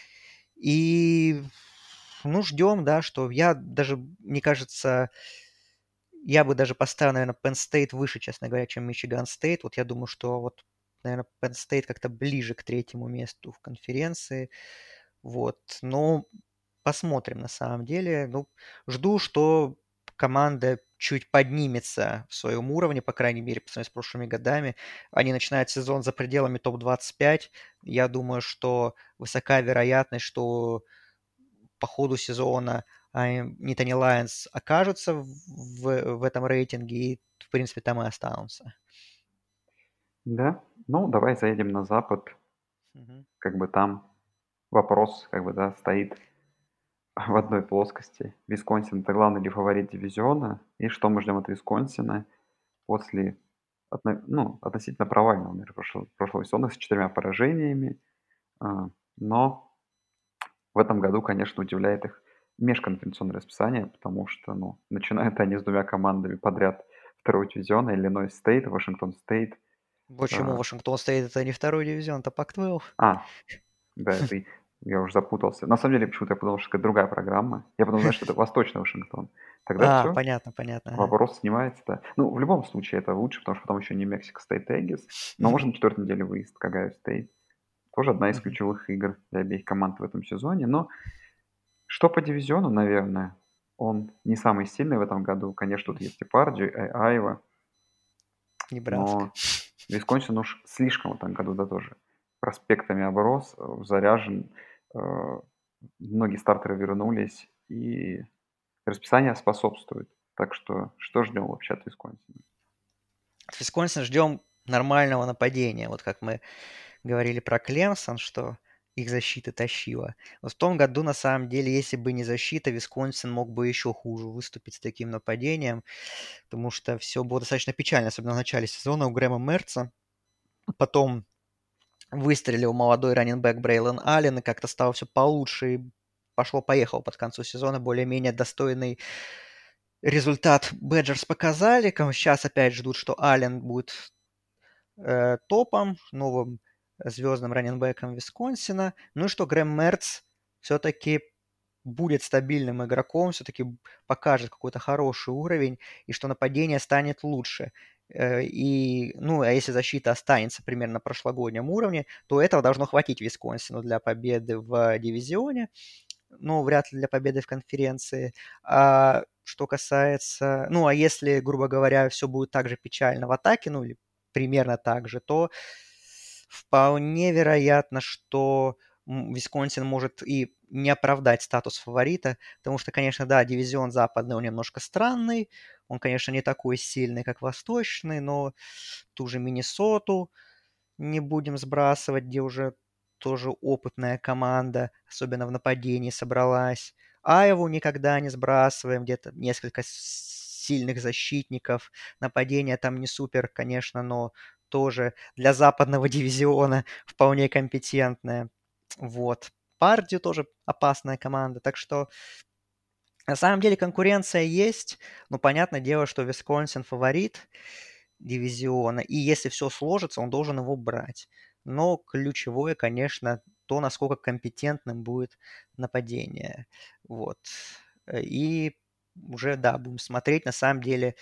И, ну, ждем, да, что я даже, мне кажется, я бы даже поставил, наверное, Penn State выше, честно говоря, чем Michigan State. Вот я думаю, что вот, наверное, Penn State как-то ближе к третьему месту в конференции. Вот, но посмотрим на самом деле. Ну, жду, что команда чуть поднимется в своем уровне, по крайней мере, по сравнению с прошлыми годами. Они начинают сезон за пределами топ двадцать пять. Я думаю, что высока вероятность, что по ходу сезона Нитани Лайонс окажутся в, в, в этом рейтинге и, в принципе, там и останутся. Да. Ну, давай заедем на запад. Мгм. Как бы там вопрос, как бы, да, стоит в одной плоскости. Висконсин– это главный ли фаворит дивизиона, и что мы ждем от Висконсина после отно- ну, относительно провального наверное, прошлого, прошлого сезона с четырьмя поражениями. А, Но в этом году, конечно, удивляет их межконференционное расписание, потому что, ну, начинают они с двумя командами подряд второго дивизиона, Иллинойс Стейт, Вашингтон Стейт. Почему Э, Вашингтон стоит? Это не второй дивизион, это пак двенадцать. А, да, это и- я уже запутался. На самом деле, почему-то я подумал, что это другая программа. Я подумал, знаешь, что это Восточный Вашингтон. Тогда А, все, понятно, понятно. Ага. вопрос снимается, да. Ну, в любом случае это лучше, потому что потом еще не Мексика Стейт Эггис, но можно на четвертой неделе выезд, Кагайо Стейт. Тоже одна из Мгм. ключевых игр для обеих команд в этом сезоне. Но что по дивизиону, наверное, он не самый сильный в этом году. Конечно, тут есть и Пардию, и Айва, Небраска. но Висконсин уж слишком в этом году, да, тоже проспектами оброс, э, заряжен, э, многие стартеры вернулись, и расписание способствует. Так что что ждем вообще от Висконсина? От Висконсина ждем нормального нападения. Вот как мы говорили про Клемсон, что их защита тащила. Вот в том году, на самом деле, если бы не защита, Висконсин мог бы еще хуже выступить с таким нападением, потому что все было достаточно печально, особенно в начале сезона у Грэма Мерца. Потом выстрелил молодой раннинбэк Брейлон Аллен, и как-то стало все получше, и пошло-поехало под концу сезона. Более-менее достойный результат Бэджерс показали. Сейчас опять ждут, что Аллен будет э, топом, новым звездным раннинбэком Висконсина. Ну и что Грэм Мерц все-таки будет стабильным игроком, все-таки покажет какой-то хороший уровень, и что нападение станет лучше. Э, И, ну, а если защита останется примерно на прошлогоднем уровне, то этого должно хватить Висконсину для победы в дивизионе, но вряд ли для победы в конференции. А что касается... Ну, а если, грубо говоря, все будет так же печально в атаке, ну, или примерно так же, то вполне вероятно, что м, Висконсин может и не оправдать статус фаворита, потому что, конечно, да, дивизион западный, он немножко странный, он, конечно, не такой сильный, как восточный, но ту же Миннесоту не будем сбрасывать, где уже тоже опытная команда, особенно в нападении, собралась. Айву никогда не сбрасываем, где-то несколько сильных защитников. Нападение там не супер, конечно, но тоже для западного дивизиона вполне компетентное. Вот. Пардию тоже опасная команда, так что на самом деле конкуренция есть, но понятное дело, что Висконсин фаворит дивизиона, и если все сложится, он должен его брать. Но ключевое, конечно, то, насколько компетентным будет нападение. Вот. Э, И уже, да, будем смотреть. На самом деле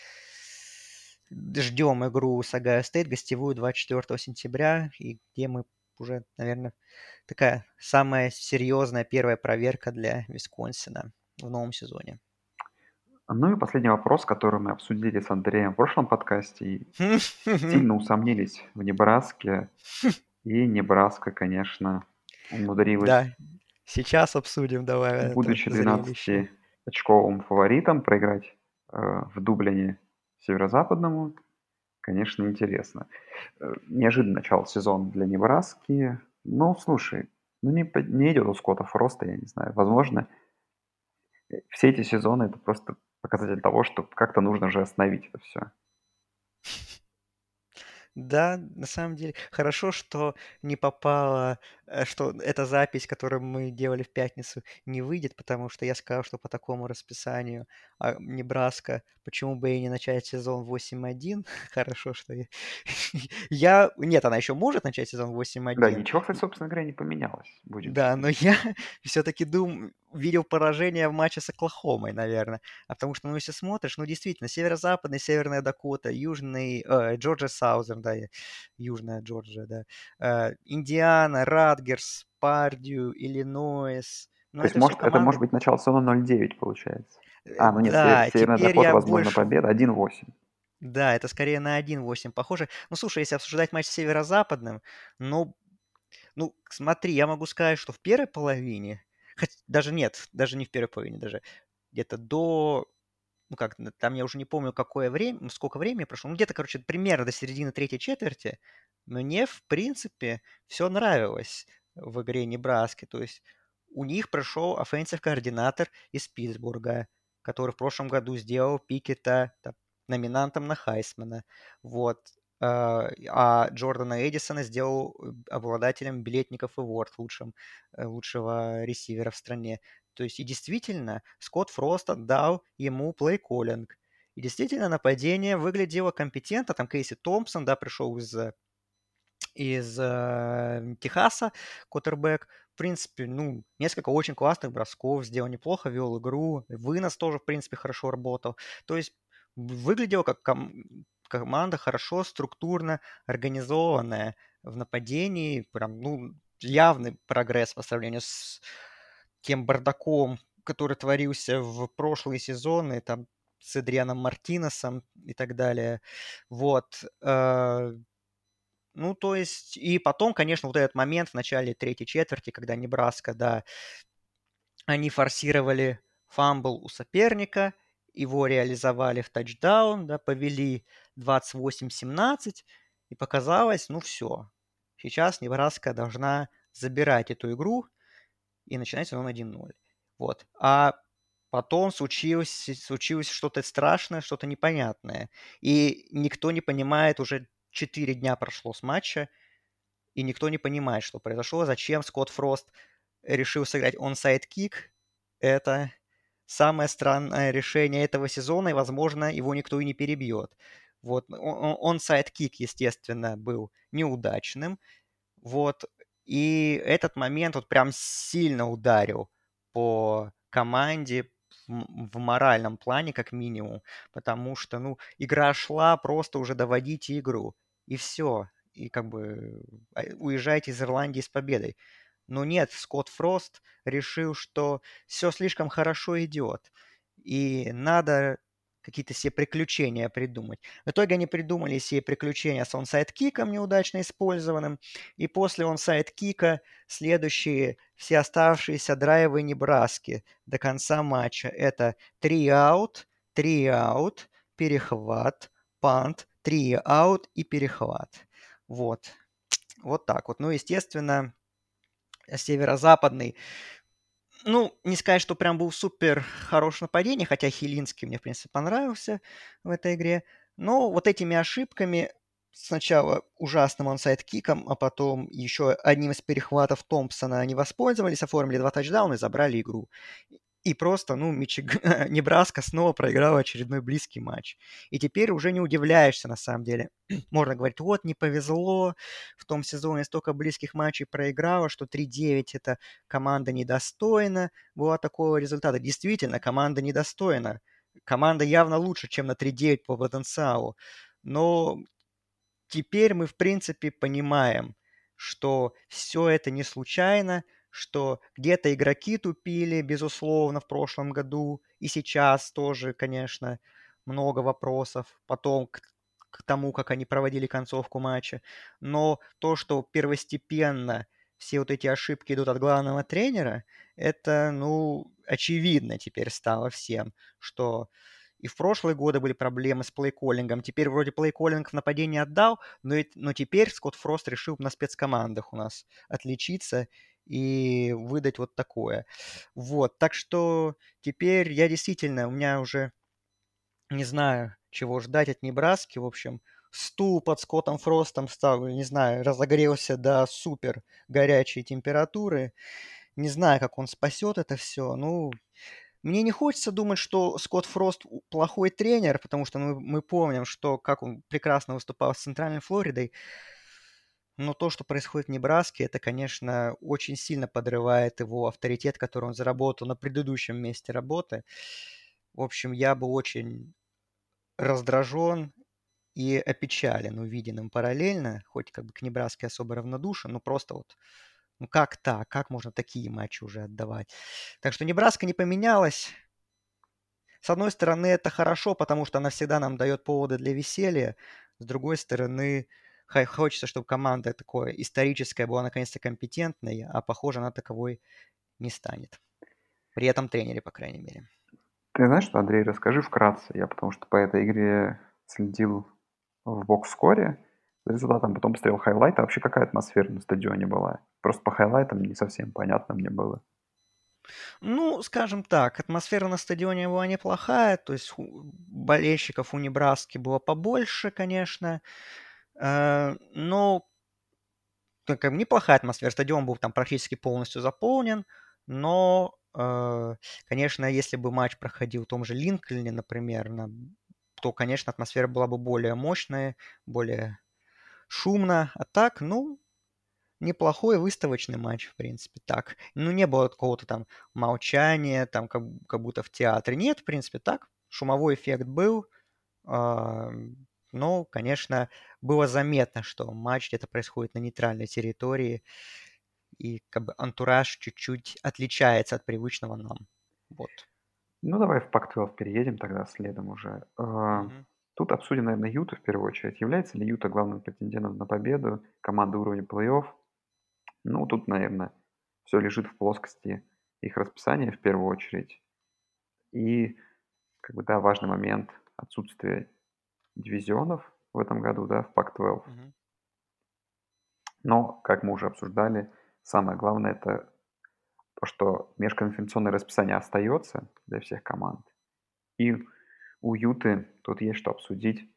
ждем игру с Огайо Стейт, гостевую двадцать четвёртого сентября, и где мы уже, наверное, такая самая серьезная первая проверка для Висконсина в новом сезоне. Ну и последний вопрос, который мы обсудили с Андреем в прошлом подкасте, и сильно усомнились в Небраске, и Небраска, конечно, умудрилась, Да, сейчас обсудим, давай это будучи зрелище. двенадцатиочковым фаворитом, проиграть э, в Дублине северо-западному, конечно, интересно. Э, неожиданный начало сезона для Небраски. Ну, слушай, ну не, по- не идет у Скотта Фроста, я не знаю. Возможно, э, все эти сезоны это просто показатель того, что как-то нужно же остановить это все. Да, на самом деле, хорошо, что не попало, э, что эта запись, которую мы делали в пятницу, не выйдет, потому что я сказал, что по такому расписанию а, Небраска, почему бы и не начать сезон восемь один. Хорошо, что я... я... Нет, она еще может начать сезон восемь Да, один. ничего, кстати, собственно говоря, не поменялось, будем Да, но честны. я все-таки дум... видел поражение в матче с Оклахомой, наверное. А потому что, ну, если смотришь, ну, действительно, северо-западный, Северная Дакота, Южный, э, Джорджия Саузерн, да, и- Южная Джорджия, да, э, Индиана, Радгерс, Пардью, Иллинойс. Ну, То есть, это все может, это может команды. быть начало сезона ноль девять получается. э, А, ну нет, Север- Да, Северная теперь Дакота, я возможно, больше... победа один восемь. Да, это скорее на один восемь похоже. Ну, слушай, если обсуждать матч с северо-западным, ну, ну, смотри, я могу сказать, что в первой половине, хоть даже нет, даже не в первой половине, даже где-то до, ну как, н- там я уже не помню, какое время, ну, сколько времени прошло, ну где-то, короче, примерно до середины третьей четверти, мне, в принципе, все нравилось в игре Небраски. То есть у них пришел offensive координатор из Питтсбурга, который в прошлом году сделал Пикета там, номинантом на Хайсмана. Вот. А а Джордана Эдисона сделал э, обладателем билетников Award лучшим, э, лучшего ресивера в стране. То есть и действительно Скотт Фрост отдал ему плей-коллинг. И действительно нападение выглядело компетентно. Там Кейси Томпсон, да, пришел из, из э, Техаса, квотербек. В принципе, ну, несколько очень классных бросков, сделал неплохо, вел игру. Вынос тоже, в принципе, хорошо работал. То есть выглядело как ком- команда хорошо, структурно организованная в нападении. Прям, ну, явный прогресс по сравнению с тем бардаком, который творился в прошлые сезоны, там, с Эдрианом Мартинесом и так далее. Вот. э, Ну, то есть, и потом, конечно, вот этот момент в начале третьей четверти, когда Небраска, да, они форсировали фамбл у соперника, его реализовали в тачдаун, да, повели двадцать восемь семнадцать, и показалось, ну все, сейчас Небраска должна забирать эту игру, и начинать сезон один ноль. Вот. А потом случилось, случилось что-то страшное, что-то непонятное. И никто не понимает, уже четыре дня прошло с матча, и никто не понимает, что произошло, зачем Скотт Фрост решил сыграть онсайд-кик. Это самое странное решение этого сезона, и, возможно, его никто и не перебьет. Вот. Онсайд-кик, естественно, был неудачным. Вот. И этот момент вот прям сильно ударил по команде в, в моральном плане, как минимум, потому что, ну, игра шла, просто уже доводите игру, и все. И как бы а, уезжайте из Ирландии с победой. Но нет, Скотт Фрост решил, что все слишком хорошо идет, и надо какие-то себе приключения придумать. В итоге они придумали себе приключения с онсайд-киком неудачно использованным, и после онсайд-кика следующие все оставшиеся драйвы Небраски до конца матча. Это три аут, три аут, перехват, пант, три аут и перехват. Вот. Вот так вот. Ну, естественно, северо-западный, ну, не сказать, что прям был супер хорош нападение, хотя Хелинский мне, в принципе, понравился в этой игре. Но вот этими ошибками, сначала ужасным онсайд-киком, а потом еще одним из перехватов Томпсона они воспользовались, оформили два тачдауна и забрали игру. И просто, ну, Мичиг... Небраска снова проиграла очередной близкий матч. И теперь уже не удивляешься, на самом деле. Можно говорить, вот, не повезло, в том сезоне столько близких матчей проиграла, что три девять это команда недостойна была такого результата. Действительно, команда недостойна. Команда явно лучше, чем на три девять по потенциалу. Но теперь мы, в принципе, понимаем, что все это не случайно, что где-то игроки тупили, безусловно, в прошлом году, и сейчас тоже, конечно, много вопросов. Потом к, к тому, как они проводили концовку матча. Но то, что первостепенно все вот эти ошибки идут от главного тренера, это, ну, очевидно теперь стало всем, что и в прошлые годы были проблемы с плей-коллингом. Теперь вроде плей-коллинг в нападении отдал, но, и, но теперь Скотт Фрост решил на спецкомандах у нас отличиться и выдать вот такое. Вот, так что теперь я действительно, у меня уже не знаю, чего ждать от Небраски. В общем, стул под Скоттом Фростом стал, не знаю, разогрелся до супер горячей температуры. Не знаю, как он спасет это все. Ну, мне не хочется думать, что Скотт Фрост плохой тренер, потому что мы, мы помним, что как он прекрасно выступал с Центральной Флоридой, но то, что происходит в Небраске, это, конечно, очень сильно подрывает его авторитет, который он заработал на предыдущем месте работы. В общем, я был очень раздражен и опечален увиденным параллельно, хоть как бы к Небраске особо равнодушен, но просто вот, ну как так? Как можно такие матчи уже отдавать? Так что Небраска не поменялась. С одной стороны, это хорошо, потому что она всегда нам дает поводы для веселья. С другой стороны, хочется, чтобы команда такое историческая была наконец-то компетентной, а похоже, она таковой не станет. При этом тренере, по крайней мере. Ты знаешь что, Андрей, расскажи вкратце. Я потому что по этой игре следил в бокс-скоре за результатом, потом посмотрел хайлайты. А вообще какая атмосфера на стадионе была? Просто по хайлайтам не совсем понятно мне было. Ну, скажем так, атмосфера на стадионе была неплохая, то есть болельщиков у Небраски было побольше, конечно, но как бы неплохая атмосфера. Стадион был там практически полностью заполнен, но э, конечно, если бы матч проходил в том же Линкольне, например, на- то, конечно, атмосфера была бы более мощная, более шумно. А так, ну, неплохой выставочный матч, в принципе, так. Ну, не было какого-то там молчания, там, как, как будто в театре. Нет, в принципе, так. Шумовой эффект был. а, Но, конечно, было заметно, что матч где-то происходит на нейтральной территории, и как бы антураж чуть-чуть отличается от привычного нам. Вот. Ну, давай в пак двенадцать переедем тогда следом уже. А, Мгм. Тут обсудим, наверное, Юту в первую очередь. Является ли Юта главным претендентом на победу команды уровня плей-офф? Ну, тут, наверное, все лежит в плоскости их расписания в первую очередь. И, как бы, да, важный момент отсутствия дивизионов в этом году, да, в пак двенадцать. Мгм. Но, как мы уже обсуждали, самое главное это то, что межконференционное расписание остается для всех команд. И у Юты тут есть что обсудить.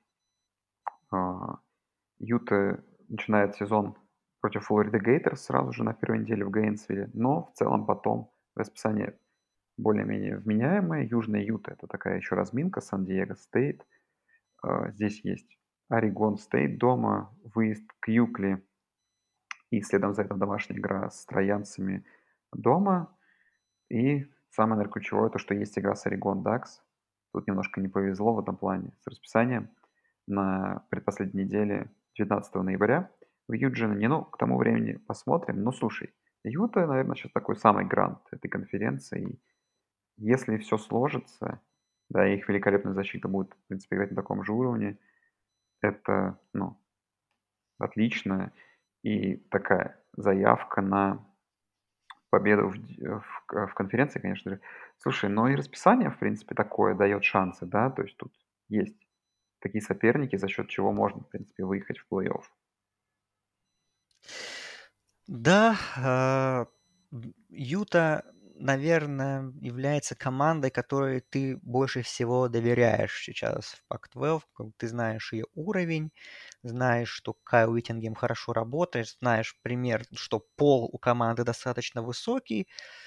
А, Юта начинает сезон против Флорида Гейтерс сразу же на первой неделе в Гейнсвилле, но в целом потом расписание более-менее вменяемое. Южная Юта — это такая еще разминка, Сан-Диего Стейт. А, Здесь есть Орегон Стейт дома, выезд к Юкли и следом за этим домашняя игра с троянцами дома. И самое, наверное, ключевое, то, что есть игра с Орегон Дакс. Тут немножко не повезло в этом плане с расписанием. На предпоследней неделе девятнадцатого ноября в Юджине. Ну, к тому времени посмотрим. Но слушай, Юта, наверное, сейчас такой самый грант этой конференции. И если все сложится, да, и их великолепная защита будет, в принципе, играть на таком же уровне, это, ну, отлично. И такая заявка на победу в, д- в к- в конференции, конечно же. Слушай, но и расписание, в принципе, такое дает шансы, да, то есть тут есть такие соперники, за счет чего можно, в принципе, выехать в плей-офф. Да, а, м, Юта, наверное, является командой, которой ты больше всего доверяешь сейчас в пак двенадцать. Как бы ты знаешь ее уровень, знаешь, что Кайл Уиттингем хорошо работает, знаешь пример, что пол у команды достаточно высокий,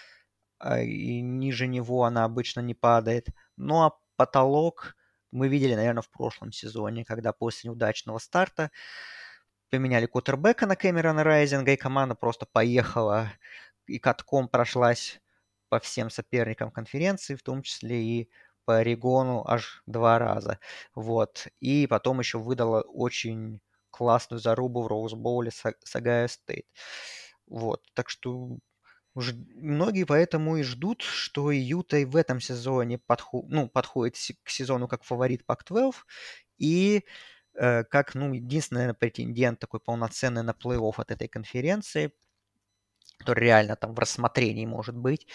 а, и ниже него она обычно не падает. Ну а потолок мы видели, наверное, в прошлом сезоне, когда после неудачного старта поменяли квотербека на Кэмерона Райзинга, и команда просто поехала и катком прошлась по всем соперникам конференции, в том числе и по Орегону аж два раза. Вот. И потом еще выдала очень классную зарубу в Роуз-Боуле с, с Огайо Стейт. Вот. Так что Ж- многие поэтому и ждут, что и Юта и в этом сезоне подхо- ну, подходит се- к сезону как фаворит пак двенадцать и э, как ну, единственный, наверное, претендент такой полноценный на плей-офф от этой конференции, который реально там в рассмотрении может быть.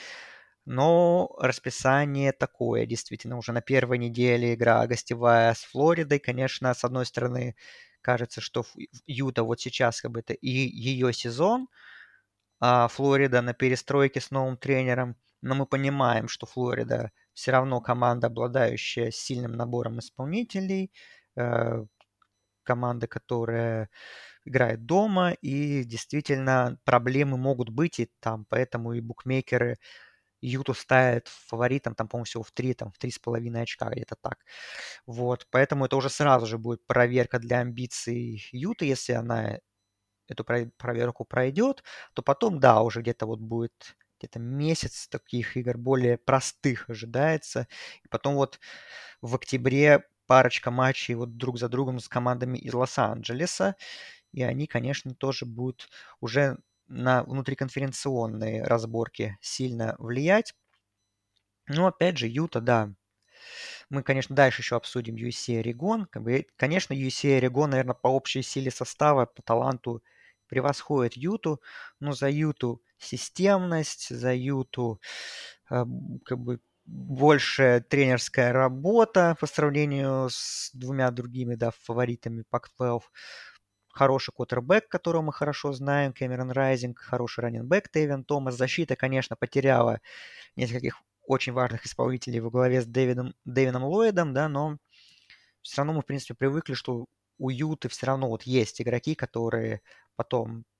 Но расписание такое, действительно, уже на первой неделе игра гостевая с Флоридой. Конечно, с одной стороны, кажется, что Ф- Юта вот сейчас как бы это и ее сезон, а Флорида на перестройке с новым тренером. Но мы понимаем, что Флорида все равно команда, обладающая сильным набором исполнителей, э, команда, которая играет дома, и действительно проблемы могут быть и там, поэтому и букмекеры Юту ставят фаворитом, там, по-моему, всего в три, там, в три с половиной очка, где-то так. Вот, поэтому это уже сразу же будет проверка для амбиций Юты, если она эту проверку пройдет, то потом, да, уже где-то вот будет где-то месяц таких игр более простых ожидается. И потом вот в октябре парочка матчей вот друг за другом с командами из Лос-Анджелеса. И они, конечно, тоже будут уже на внутриконференционные разборки сильно влиять. Но опять же, Юта, да, мы, конечно, дальше еще обсудим ю эс си Орегон. Как бы, конечно, ю эс си Орегон, наверное, по общей силе состава, по таланту превосходит Юту, но за Юту системность, за Юту э, как бы больше тренерская работа по сравнению с двумя другими, да, фаворитами пак двенадцать. Хороший квотербек, которого мы хорошо знаем, Кэмерон Райзинг, хороший раннинбэк Тейвен Томас. Защита, конечно, потеряла нескольких очень важных исполнителей во главе с Дэвидом, Дэвином Ллойдом, да, но все равно мы, в принципе, привыкли, что у Юты все равно вот есть игроки, которые потом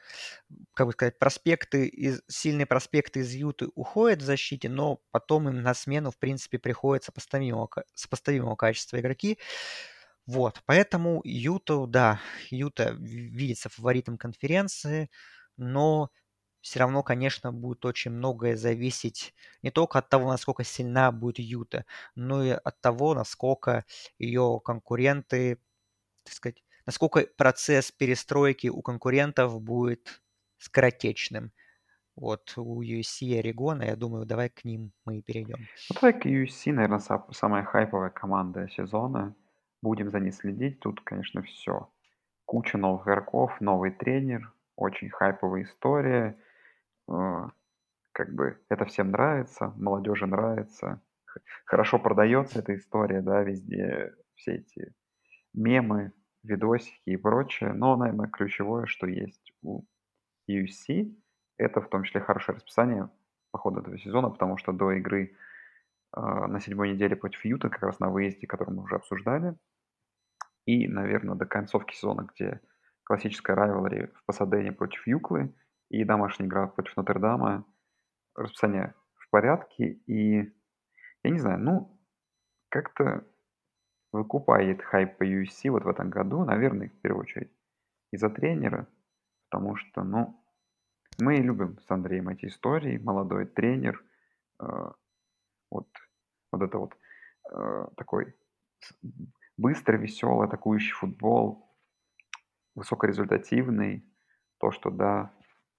как бы сказать, проспекты, из, сильные проспекты из Юты уходят в защите, но потом им на смену, в принципе, приходят сопоставимого, сопоставимого качества игроки. Вот, поэтому Юта, да, Юта видится фаворитом конференции, но все равно, конечно, будет очень многое зависеть не только от того, насколько сильна будет Юта, но и от того, насколько ее конкуренты, так сказать, насколько процесс перестройки у конкурентов будет скоротечным. Вот у ю эс си и Орегона, я думаю, давай к ним мы и перейдем. Ну, давай к ю эс си, наверное, самая хайповая команда сезона. Будем за ней следить. Тут, конечно, все. Куча новых игроков, новый тренер, очень хайповая история. Э, Как бы это всем нравится, молодежи нравится. Х- Хорошо продается эта история, да, везде все эти мемы, видосики и прочее. Но, наверное, ключевое, что есть у ю эф си, это в том числе хорошее расписание по ходу этого сезона, потому что до игры э, на седьмой неделе против Юта, как раз на выезде, который мы уже обсуждали, и, наверное, до концовки сезона, где классическая райвелри в Пасадене против Юклы и домашняя игра против Нотр-Дама, расписание в порядке, и я не знаю, ну, как-то выкупает хайп по ю эф си вот в этом году, наверное, в первую очередь из-за тренера, потому что, ну, мы любим с Андреем эти истории, молодой тренер, э, вот, вот это вот э, такой с- быстрый, веселый, атакующий футбол, высокорезультативный, то, что, да,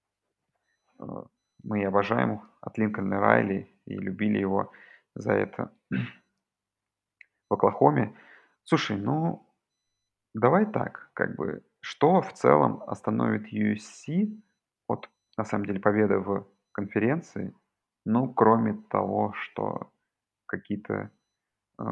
э, мы обожаем от Линкольна Райли и любили его за это в Оклахоме. Слушай, ну, давай так, как бы, что в целом остановит ю эф си от, на самом деле, победы в конференции, ну, кроме того, что какие-то э,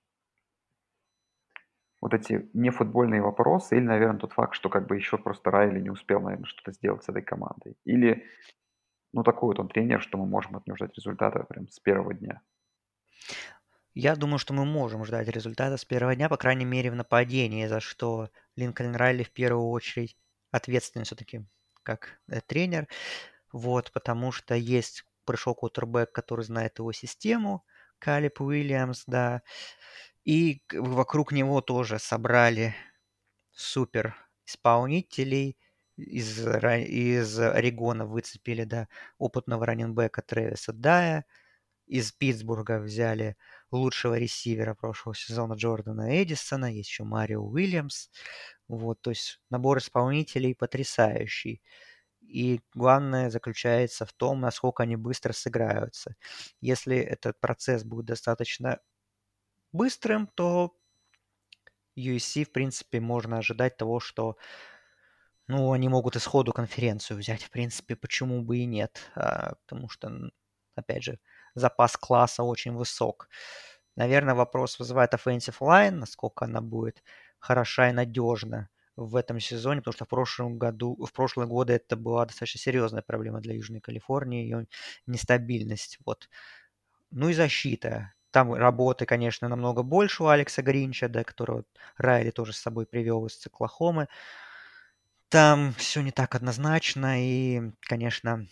вот эти нефутбольные вопросы, или, наверное, тот факт, что как бы еще просто Райли не успел, наверное, что-то сделать с этой командой. Или, ну, такой вот он тренер, что мы можем от него ждать результата прям с первого дня. Я думаю, что мы можем ждать результата с первого дня, по крайней мере, в нападении, за что Линкольн Райли в первую очередь ответственен все-таки как э, тренер. Вот, потому что есть пришел квотербек, который знает его систему, Калиб Уильямс, да, и к- вокруг него тоже собрали супер исполнителей. Из, Ра- из Орегона выцепили, да, опытного раненбека Трэвиса Дая. Из Питтсбурга взяли лучшего ресивера прошлого сезона Джордана Эдисона. Есть еще Марио Уильямс. Вот, то есть набор исполнителей потрясающий. И главное заключается в том, насколько они быстро сыграются. Если этот процесс будет достаточно быстрым, то ю эс си, в принципе, можно ожидать того, что ну, они могут исходу конференцию взять. В принципе, почему бы и нет. А, потому что, н- опять же, запас класса очень высок. Наверное, вопрос вызывает offensive line, насколько она будет хороша и надежна в этом сезоне, потому что в прошлом году, в прошлые годы это была достаточно серьезная проблема для Южной Калифорнии, ее нестабильность. Вот. Ну и защита. Там работы, конечно, намного больше у Алекса Гринча, да, которого Райли тоже с собой привел из Оклахомы. Там все не так однозначно, и, конечно,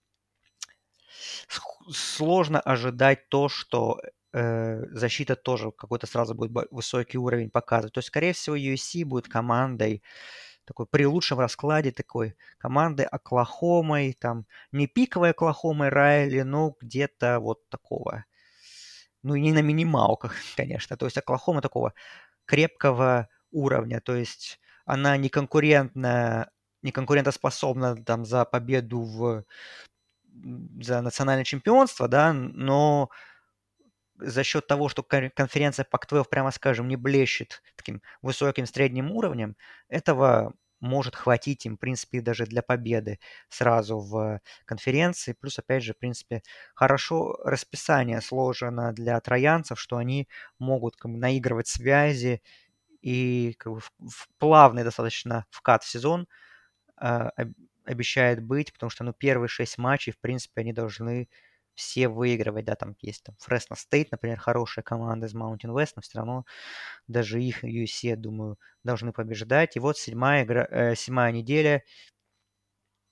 сх- сложно ожидать то, что э, защита тоже какой-то сразу будет бо- высокий уровень показывать. То есть, скорее всего, ю эс си будет командой такой при лучшем раскладе такой команды Оклахомой, там не пиковой Оклахомой Райли, но где-то вот такого. Ну, и не на минималках, конечно. То есть Оклахома такого крепкого уровня. То есть она не конкурентная, не конкурентоспособна там за победу в за национальное чемпионство, да, но за счет того, что конференция пак двенадцать, прямо скажем, не блещет таким высоким средним уровнем, этого может хватить им, в принципе, даже для победы сразу в конференции. Плюс, опять же, в принципе, хорошо расписание сложено для троянцев, что они могут как бы, наигрывать связи и как бы, в, в плавный достаточно вкат в сезон а, об- обещает быть, потому что, ну, первые шесть матчей, в принципе, они должны все выигрывать, да, там есть там Фресно Стейт, например, хорошая команда из Mountain West, но все равно даже их ю эс си, я думаю, должны побеждать. И вот седьмая, игра, э, седьмая неделя,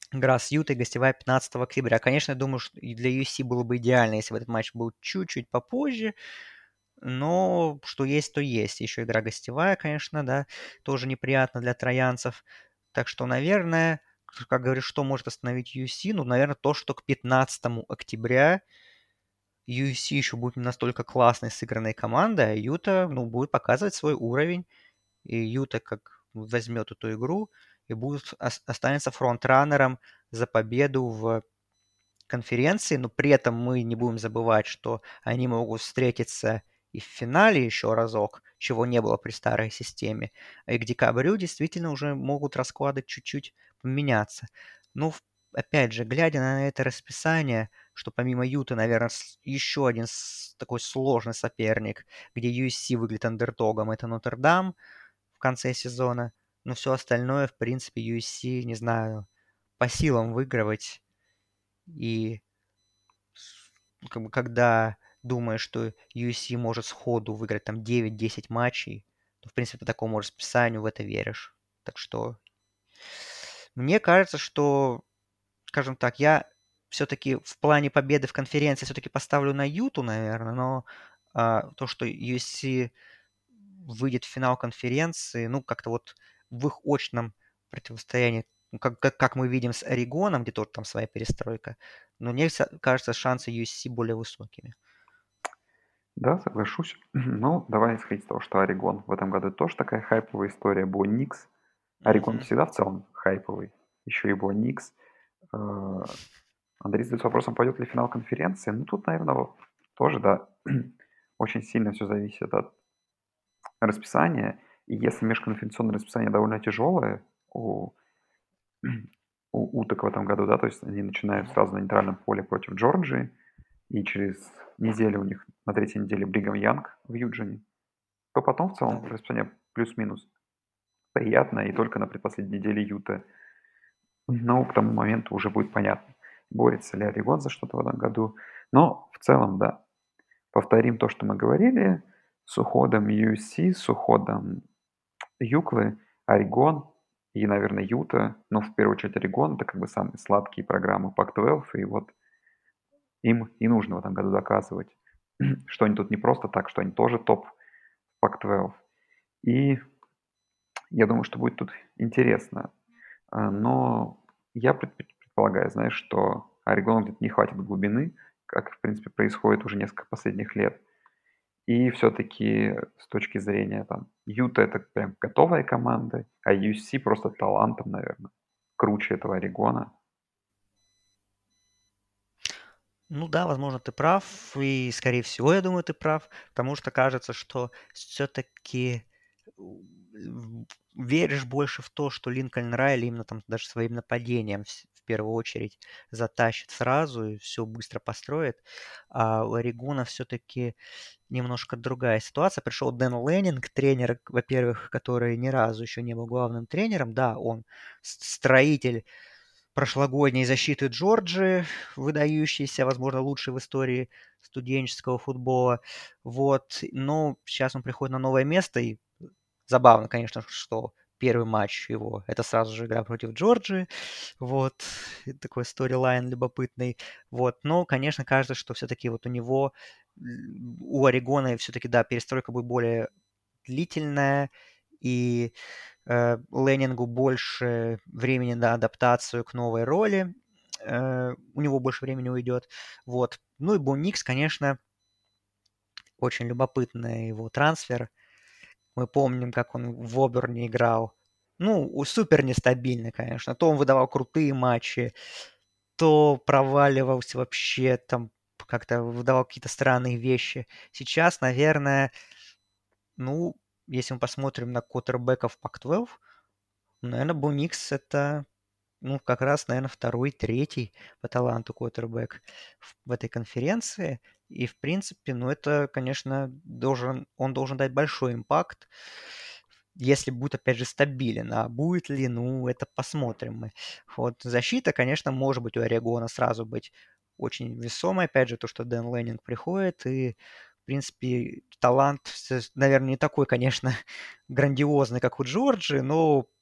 Игра с Ютой гостевая пятнадцатого октября. Конечно, я думаю, что и для ю эф си было бы идеально, если бы этот матч был чуть-чуть попозже, но что есть, то есть. Еще игра гостевая, конечно, да, тоже неприятно для троянцев. Так что, наверное, как говоришь, что может остановить ю эф си? Ну, наверное, то, что к пятнадцатому октября ю эф си еще будет не настолько классной сыгранной командой, а Юта, ну, будет показывать свой уровень. И Юта как возьмет эту игру и будет, ос- останется фронтранером за победу в конференции, но при этом мы не будем забывать, что они могут встретиться и в финале еще разок, чего не было при старой системе. И к декабрю действительно уже могут расклады чуть-чуть поменяться. Ну, в- опять же, глядя на это расписание, что помимо Юты, наверное, еще один с- такой сложный соперник, где ю эф си выглядит андердогом, это Нотр-Дам в конце сезона. Но все остальное, в принципе, ю эф си, не знаю, по силам выигрывать. И как бы, когда думаешь, что ю эф си может сходу выиграть там девять-десять матчей, то, в принципе, по такому расписанию в это веришь. Так что мне кажется, что, скажем так, я все-таки в плане победы в конференции все-таки поставлю на Юту, наверное, но а, то, что ю эф си выйдет в финал конференции, ну, как-то вот в их очном противостоянии, ну, как, как, как мы видим с Орегоном, где тоже там своя перестройка, но мне ся- кажется, шансы ю эф си более высокими. Да, соглашусь. Ну, давай исходить из того, что Орегон в этом году тоже такая хайповая история. Бо Никс. Орегон Мгм. всегда в целом хайповый. Еще и Бо Никс. Э, Андрей задается вопросом, пойдет ли в финал конференции. Ну, тут, наверное, вот тоже, да, очень сильно все зависит от расписания. И если межконференционное расписание довольно тяжелое у, у уток в этом году, да, то есть они начинают сразу на нейтральном поле против Джорджии, и через неделю у них на третьей неделе Бригам Янг в Юджине, то потом в целом Да. расписание плюс-минус приятно, и только на предпоследней неделе Юта, ну, к тому моменту уже будет понятно, борется ли Орегон за что-то в этом году. Но в целом, да, повторим то, что мы говорили, с уходом ю эф си, с уходом Юклы, Орегон и, наверное, Юта, ну, в первую очередь Орегон, это как бы самые сладкие программы пак двенадцать, и вот им и нужно в этом году доказывать, что они тут не просто так, что они тоже топ пак двенадцать. И я думаю, что будет тут интересно. А, Но я предп- предполагаю, знаешь, что Орегону где-то не хватит глубины, как, в принципе, происходит уже несколько последних лет. И все-таки с точки зрения там Юта это прям готовая команда, а ю эф си просто талантом, наверное, круче этого Орегона. Ну да, возможно, ты прав, и, скорее всего, я думаю, ты прав, потому что кажется, что все-таки веришь больше в то, что Линкольн Райли именно там даже своим нападением в, с- в первую очередь затащит сразу и все быстро построит, а у Орегона все-таки немножко другая ситуация. Пришел Дэн Леннинг, тренер, во-первых, который ни разу еще не был главным тренером, да, он с- строитель прошлогодней защиты Джорджии, выдающийся, возможно, лучший в истории студенческого футбола. Вот. Но сейчас он приходит на новое место, и забавно, конечно, что первый матч его — это сразу же игра против Джорджии. Вот. И такой сторилайн любопытный. Вот. Но, конечно, кажется, что все-таки вот у него, у Орегона все-таки, да, перестройка будет более длительная, и э, Леннингу больше времени на адаптацию к новой роли, э, у него больше времени уйдет. Вот. Ну и Бо Никс, конечно, очень любопытный его трансфер. Мы помним, как он в Оберне играл. Ну, у- супер нестабильный, конечно. То он выдавал крутые матчи, то проваливался вообще, там как-то выдавал какие-то странные вещи. Сейчас, наверное, ну, если мы посмотрим на квотербеков пак двенадцать, наверное, Бо Никс — это ну, как раз, наверное, второй, третий по таланту квотербек в, в этой конференции. И, в принципе, ну, это, конечно, должен, он должен дать большой импакт, если будет, опять же, стабилен. А будет ли, ну, это посмотрим мы. Вот защита, конечно, может быть у Орегона сразу быть очень весомой. Опять же, то, что Дэн Леннинг приходит, и, в принципе, талант, наверное, не такой, конечно, грандиозный, как у Джорджи, но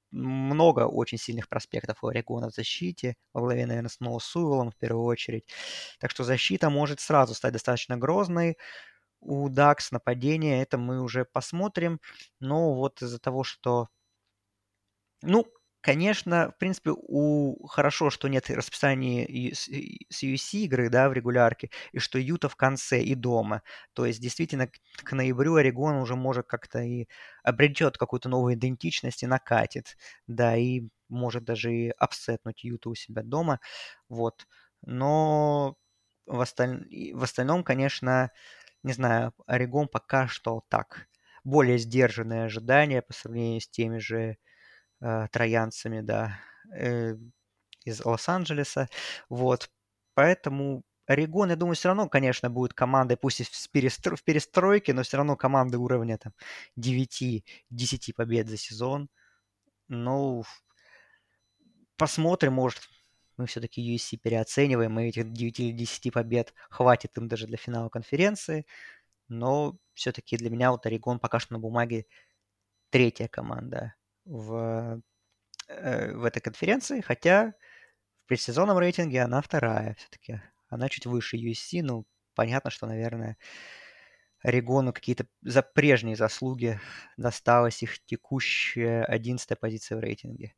много очень сильных проспектов у Орегона в защите, во главе, наверное, с Ноу Суэллом в первую очередь. Так что защита может сразу стать достаточно грозной. У Дакс нападение, это мы уже посмотрим. Но вот из-за того, что ну, конечно, в принципе, у хорошо, что нет расписания и с и с ю эф си игры, да, в регулярке, и что Юта в конце и дома. То есть действительно к к ноябрю Орегон уже может как-то и обретет какую-то новую идентичность и накатит. Да, и может даже и апсетнуть Юту у себя дома. Вот. Но в осталь и в остальном, конечно, не знаю, Орегон пока что так, более сдержанные ожидания по сравнению с теми же э, троянцами, да, э, из Лос-Анджелеса. Вот. Поэтому Орегон, я думаю, все равно, конечно, будет командой, пусть и с перестро- в перестройке, но все равно команды уровня там девяти-десяти побед за сезон. Ну, посмотрим, может, мы все-таки ю эф си переоцениваем, и этих девяти или десяти побед хватит им даже для финала конференции. Но все-таки для меня вот Орегон пока что на бумаге третья команда в, э, в этой конференции, хотя в предсезонном рейтинге она вторая все-таки. Она чуть выше ю эф си, ну, понятно, что, наверное, Орегону какие-то за прежние заслуги досталась их текущая одиннадцатая позиция в рейтинге.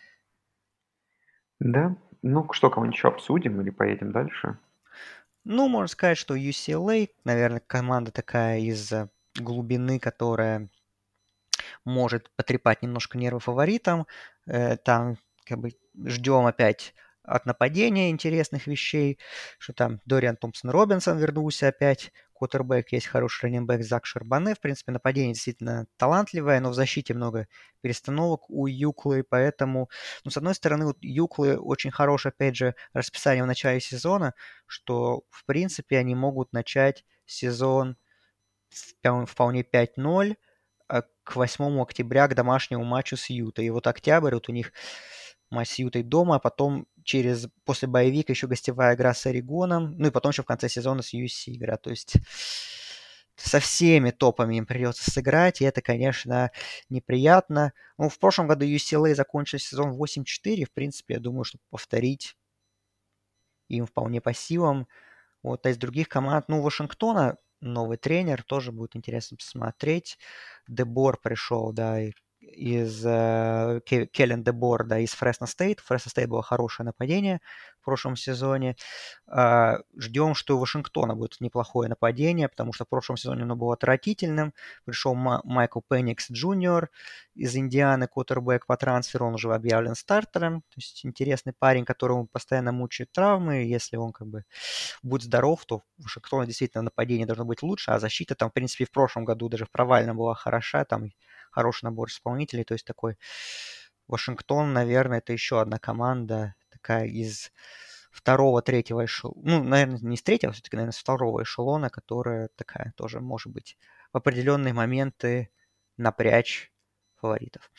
Да. Ну что, кого-нибудь еще обсудим или поедем дальше? Ну, можно сказать, что ю си эл эй, наверное, команда такая из глубины, которая может потрепать немножко нервы фаворитам. Э, Там как бы ждем опять от нападения интересных вещей, что там Дориан Томпсон-Робинсон вернулся опять, квотербек, есть хороший раннинбэк Зак Шарбане. В принципе, нападение действительно талантливое, но в защите много перестановок у Юклы, поэтому, ну, с одной стороны, у Юклы очень хорошее, опять же, расписание в начале сезона, что, в принципе, они могут начать сезон впя- вполне пять ноль, а к восьмому октября, к домашнему матчу с Ютой. И вот октябрь, вот у них матч с Ютой дома, а потом через, после боевика еще гостевая игра с Орегоном, ну и потом еще в конце сезона с ю эф си игра. То есть со всеми топами им придется сыграть, и это, конечно, неприятно. Ну, в прошлом году ю си эл эй закончил сезон восемь четыре, в принципе, я думаю, что повторить им вполне по силам. Вот, а из других команд, ну, Вашингтона новый тренер, тоже будет интересно посмотреть. Дебор пришел, да, и- из э, Ке- Келлен Дебор, да, из Фресно Стейт. Фресно Стейт было хорошее нападение в прошлом сезоне. А, Ждем, что у Вашингтона будет неплохое нападение, потому что в прошлом сезоне оно было отвратительным. Пришел Ма- Майкл Пенникс Джуниор из Индианы, квотербек по трансферу, он уже объявлен стартером. То есть интересный парень, которому постоянно мучают травмы. Если он как бы будет здоров, то у Вашингтона действительно нападение должно быть лучше, а защита там, в принципе, в прошлом году даже в провальном была хороша, там хороший набор исполнителей, то есть такой Вашингтон, наверное, это еще одна команда такая из второго, третьего эшелона, ну, наверное, не с третьего, а все-таки, наверное, с второго эшелона, которая такая тоже может быть в определенные моменты напрячь фаворитов.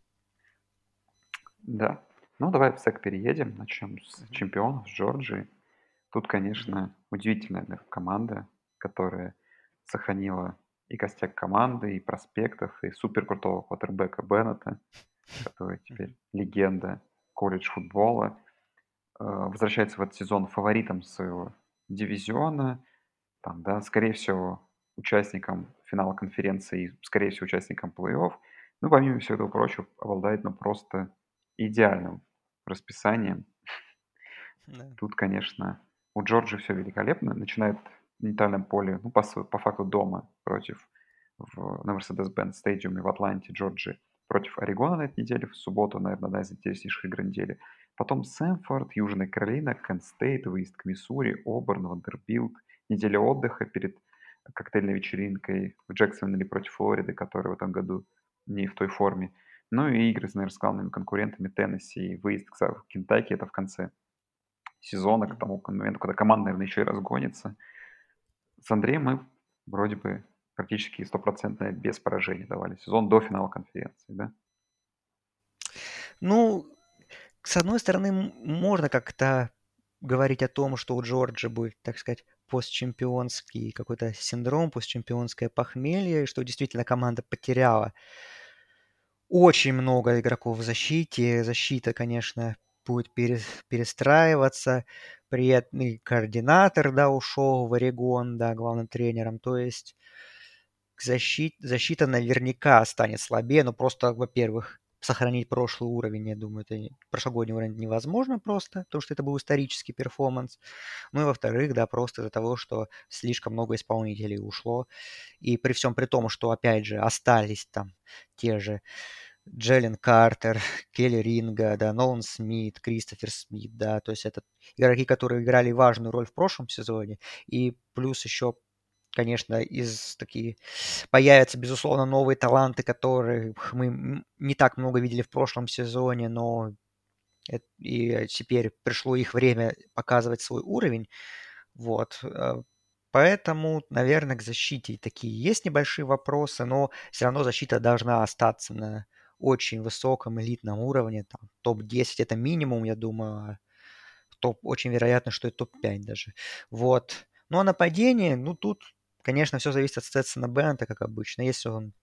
Да. Ну, давай в СЭК переедем. Начнем с Мгм. чемпионов, с Джорджии. Тут, Мгм. конечно, удивительная наверно, команда, которая сохранила и костяк команды, и проспектов, и супер крутого квотербека Беннета, который теперь Мгм. легенда колледж футбола. Э, Возвращается в этот сезон фаворитом своего дивизиона, там, да, скорее всего, участником финала конференции и, скорее всего, участником плей-офф. Ну, помимо всего этого прочего, обладает, ну, просто идеальным расписанием. Да. Тут, конечно, у Джорджии все великолепно. Начинает в нейтральном поле, ну, по, су- по факту дома против в, на Mercedes-Benz стадиуме в Атланте, Джорджии, против Орегона на этой неделе. В субботу, наверное, одна из интереснейших игр недели. Потом Сэмфорд, Южная Каролина, Кент Стейт, выезд к Миссури, Оберн, Вандербилт. Неделя отдыха перед коктейльной вечеринкой в Джексонвилле против Флориды, которая в этом году не в той форме. Ну и игры, наверное, с главными конкурентами Теннесси, выезд к Са- в Кентаки, это в конце сезона, к Мгм. тому моменту, когда команда, наверное, еще и разгонится. С Андреем мы вроде бы практически стопроцентное без поражений давали сезон до финала конференции, да? Ну, с одной стороны, м- можно как-то говорить о том, что у Джорджа будет, так сказать, постчемпионский какой-то синдром, постчемпионское похмелье, что действительно команда потеряла Очень много игроков в защите. Защита, конечно, будет перес перестраиваться. Приятный координатор, да, ушел в Орегон, да, главным тренером. То есть защит защита наверняка станет слабее. Но просто, во-первых, сохранить прошлый уровень, я думаю, это не прошлогодний уровень невозможно просто, потому что это был исторический перформанс. Ну и во-вторых, да, просто из-за того, что слишком много исполнителей ушло. И при всем при том, что, опять же, остались там те же Джеллен Картер, Келли Ринга, да, Нолан Смит, Кристофер Смит, да, то есть это игроки, которые играли важную роль в прошлом сезоне, и плюс еще, конечно, из такие появятся, безусловно, новые таланты, которых мы не так много видели в прошлом сезоне, но эт- и теперь пришло их время показывать свой уровень, вот. э, Поэтому, наверное, к защите такие есть небольшие вопросы, но все равно защита должна остаться на очень высоком элитном уровне. Там, топ десять это минимум, я думаю, а топ, очень вероятно, что и топ пять даже. Вот. Ну а нападение, ну тут, конечно, все зависит от Стэтсона Беннета, как обычно. Если он,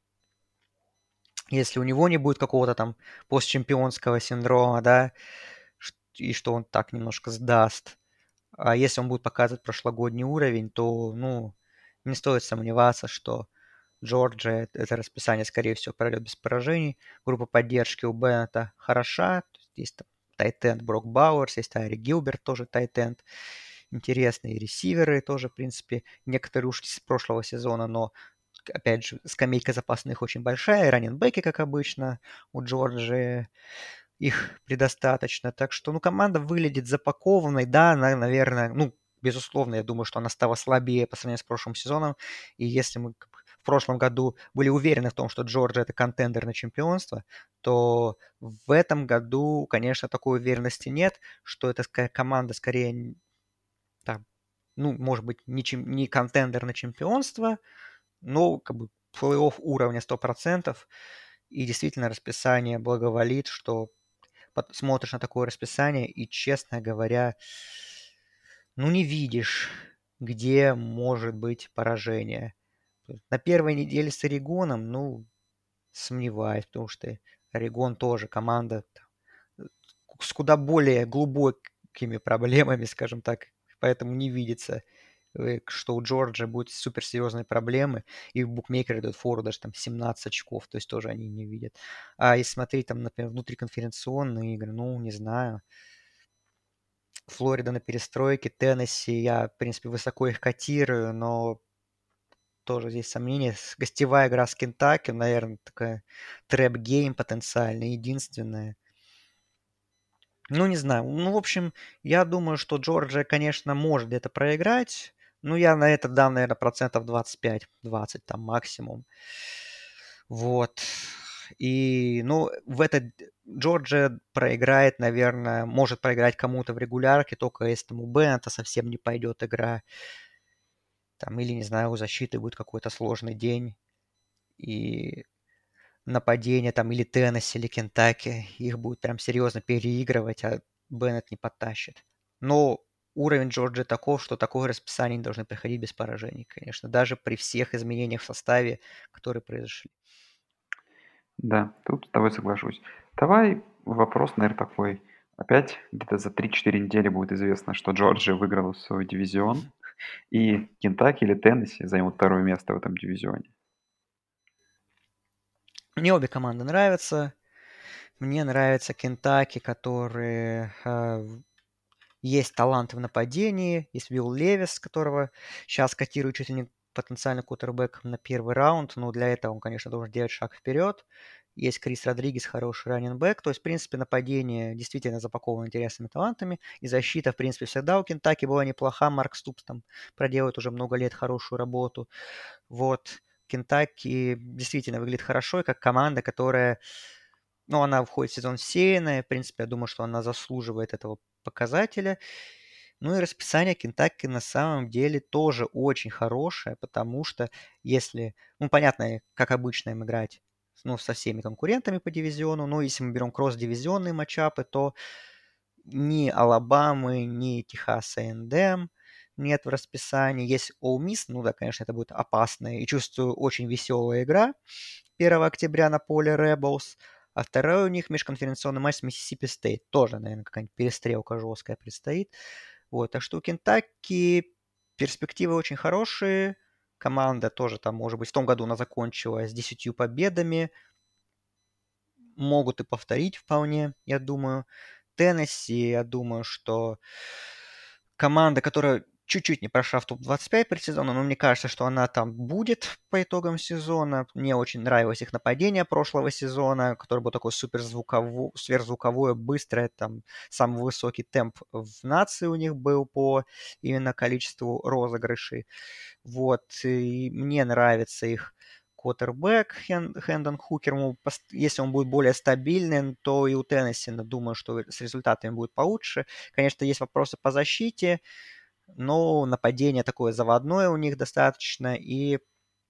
если у него не будет какого-то там постчемпионского синдрома, да, ш- и что он так немножко сдаст, а если он будет показывать прошлогодний уровень, то, ну, не стоит сомневаться, что Джорджия это расписание, скорее всего, пройдет без поражений. Группа поддержки у Беннета хороша. То есть, есть там тайтенд Брок Бауэрс, есть Тайри Гилберт, тоже тайтенд. Интересные ресиверы тоже, в принципе, некоторые ушли с прошлого сезона, но, опять же, скамейка запасных очень большая. И раннинбеки, как обычно, у Джорджии их предостаточно. Так что, ну, команда выглядит запакованной. Да, она, наверное, ну, безусловно, я думаю, что она стала слабее по сравнению с прошлым сезоном. И если мы как бы в прошлом году были уверены в том, что Джорджия это контендер на чемпионство, то в этом году, конечно, такой уверенности нет, что это ска- команда скорее, н- там, ну, может быть, не, чем, не контендер на чемпионство, но как бы плей-офф уровня сто процентов. И действительно расписание благоволит, что пот- смотришь на такое расписание и, честно говоря, ну не видишь, где может быть поражение. На первой неделе с Орегоном, ну, сомневаюсь, потому что Орегон тоже команда э, с куда более глубокими проблемами, скажем так, поэтому не видится, э, что у Джорджа будут суперсерьезные проблемы, и букмекеры дают фору даже там семнадцать очков, то есть тоже они не видят. А если смотреть там, например, внутриконференционные игры, ну, не знаю, Флорида на перестройке, Теннесси, я, в принципе, высоко их котирую, но тоже здесь сомнения. С- Гостевая игра с Кентаки, наверное, такая трэп-гейм потенциально, единственная. Ну, не знаю. Ну, в общем, я думаю, что Джорджия, конечно, может где-то проиграть. Ну, я на это дам, наверное, процентов двадцать пять двадцать там максимум. Вот. И, ну, в этот Джорджия проиграет, наверное, может проиграть кому-то в регулярке, только если там у Беннета совсем не пойдет игра. Там, или, не знаю, у защиты будет какой-то сложный день. И нападение там или Теннесси, или Кентаки, их будет прям серьезно переигрывать, а Беннет не подтащит. Но уровень Джорджии таков, что такое расписание не должны проходить без поражений, конечно, даже при всех изменениях в составе, которые произошли. Да, тут с тобой соглашусь. Давай вопрос, наверное, такой. Опять где-то за три-четыре недели будет известно, что Джорджия выиграла свой дивизион, и Кентаки или Теннесси займут второе место в этом дивизионе. Мне обе команды нравятся. Мне нравится Кентаки, которые э, есть таланты в нападении. Есть Уилл Левис, которого сейчас котируют чуть ли не потенциально кутербэк на первый раунд. Но для этого он, конечно, должен делать шаг вперед. Есть Крис Родригес, хороший раннинбэк. То есть, в принципе, нападение действительно запаковано интересными талантами. И защита, в принципе, всегда у Кентаки была неплоха. Марк Ступс там проделывает уже много лет хорошую работу. Вот. Кентаки действительно выглядит хорошо, и как команда, которая, ну, она входит в сезон сеянная. В принципе, я думаю, что она заслуживает этого показателя. Ну и расписание Кентаки на самом деле тоже очень хорошее, потому что если, ну, понятно, как обычно им играть, ну, со всеми конкурентами по дивизиону, но если мы берем кросс-дивизионные матчапы, то ни Алабамы, ни Техаса A and M нет в расписании. Есть Ole Miss, ну да, конечно, это будет опасная и, чувствую, очень веселая игра первого октября на поле Rebels. А второй у них межконференционный матч с Миссисипи Стейт. Тоже, наверное, какая-нибудь перестрелка жесткая предстоит. Вот, так что у Кентаки перспективы очень хорошие. Команда тоже там, может быть, в том году она закончила с десятью победами. Могут и повторить вполне, я думаю. Теннесси, я думаю, что команда, которая чуть-чуть не прошла в топ двадцать пять предсезонно, но мне кажется, что она там будет по итогам сезона. Мне очень нравилось их нападение прошлого сезона, которое было такое суперзвуковое, сверхзвуковое, быстрое, там самый высокий темп в нации у них был по именно количеству розыгрышей. Вот, и мне нравится их квотербек Хэндон Хукер. Ему пост- Если он будет более стабильным, то и у Теннесси, ну, думаю, что с результатами будет получше. Конечно, есть вопросы по защите, но нападение такое заводное у них достаточно, и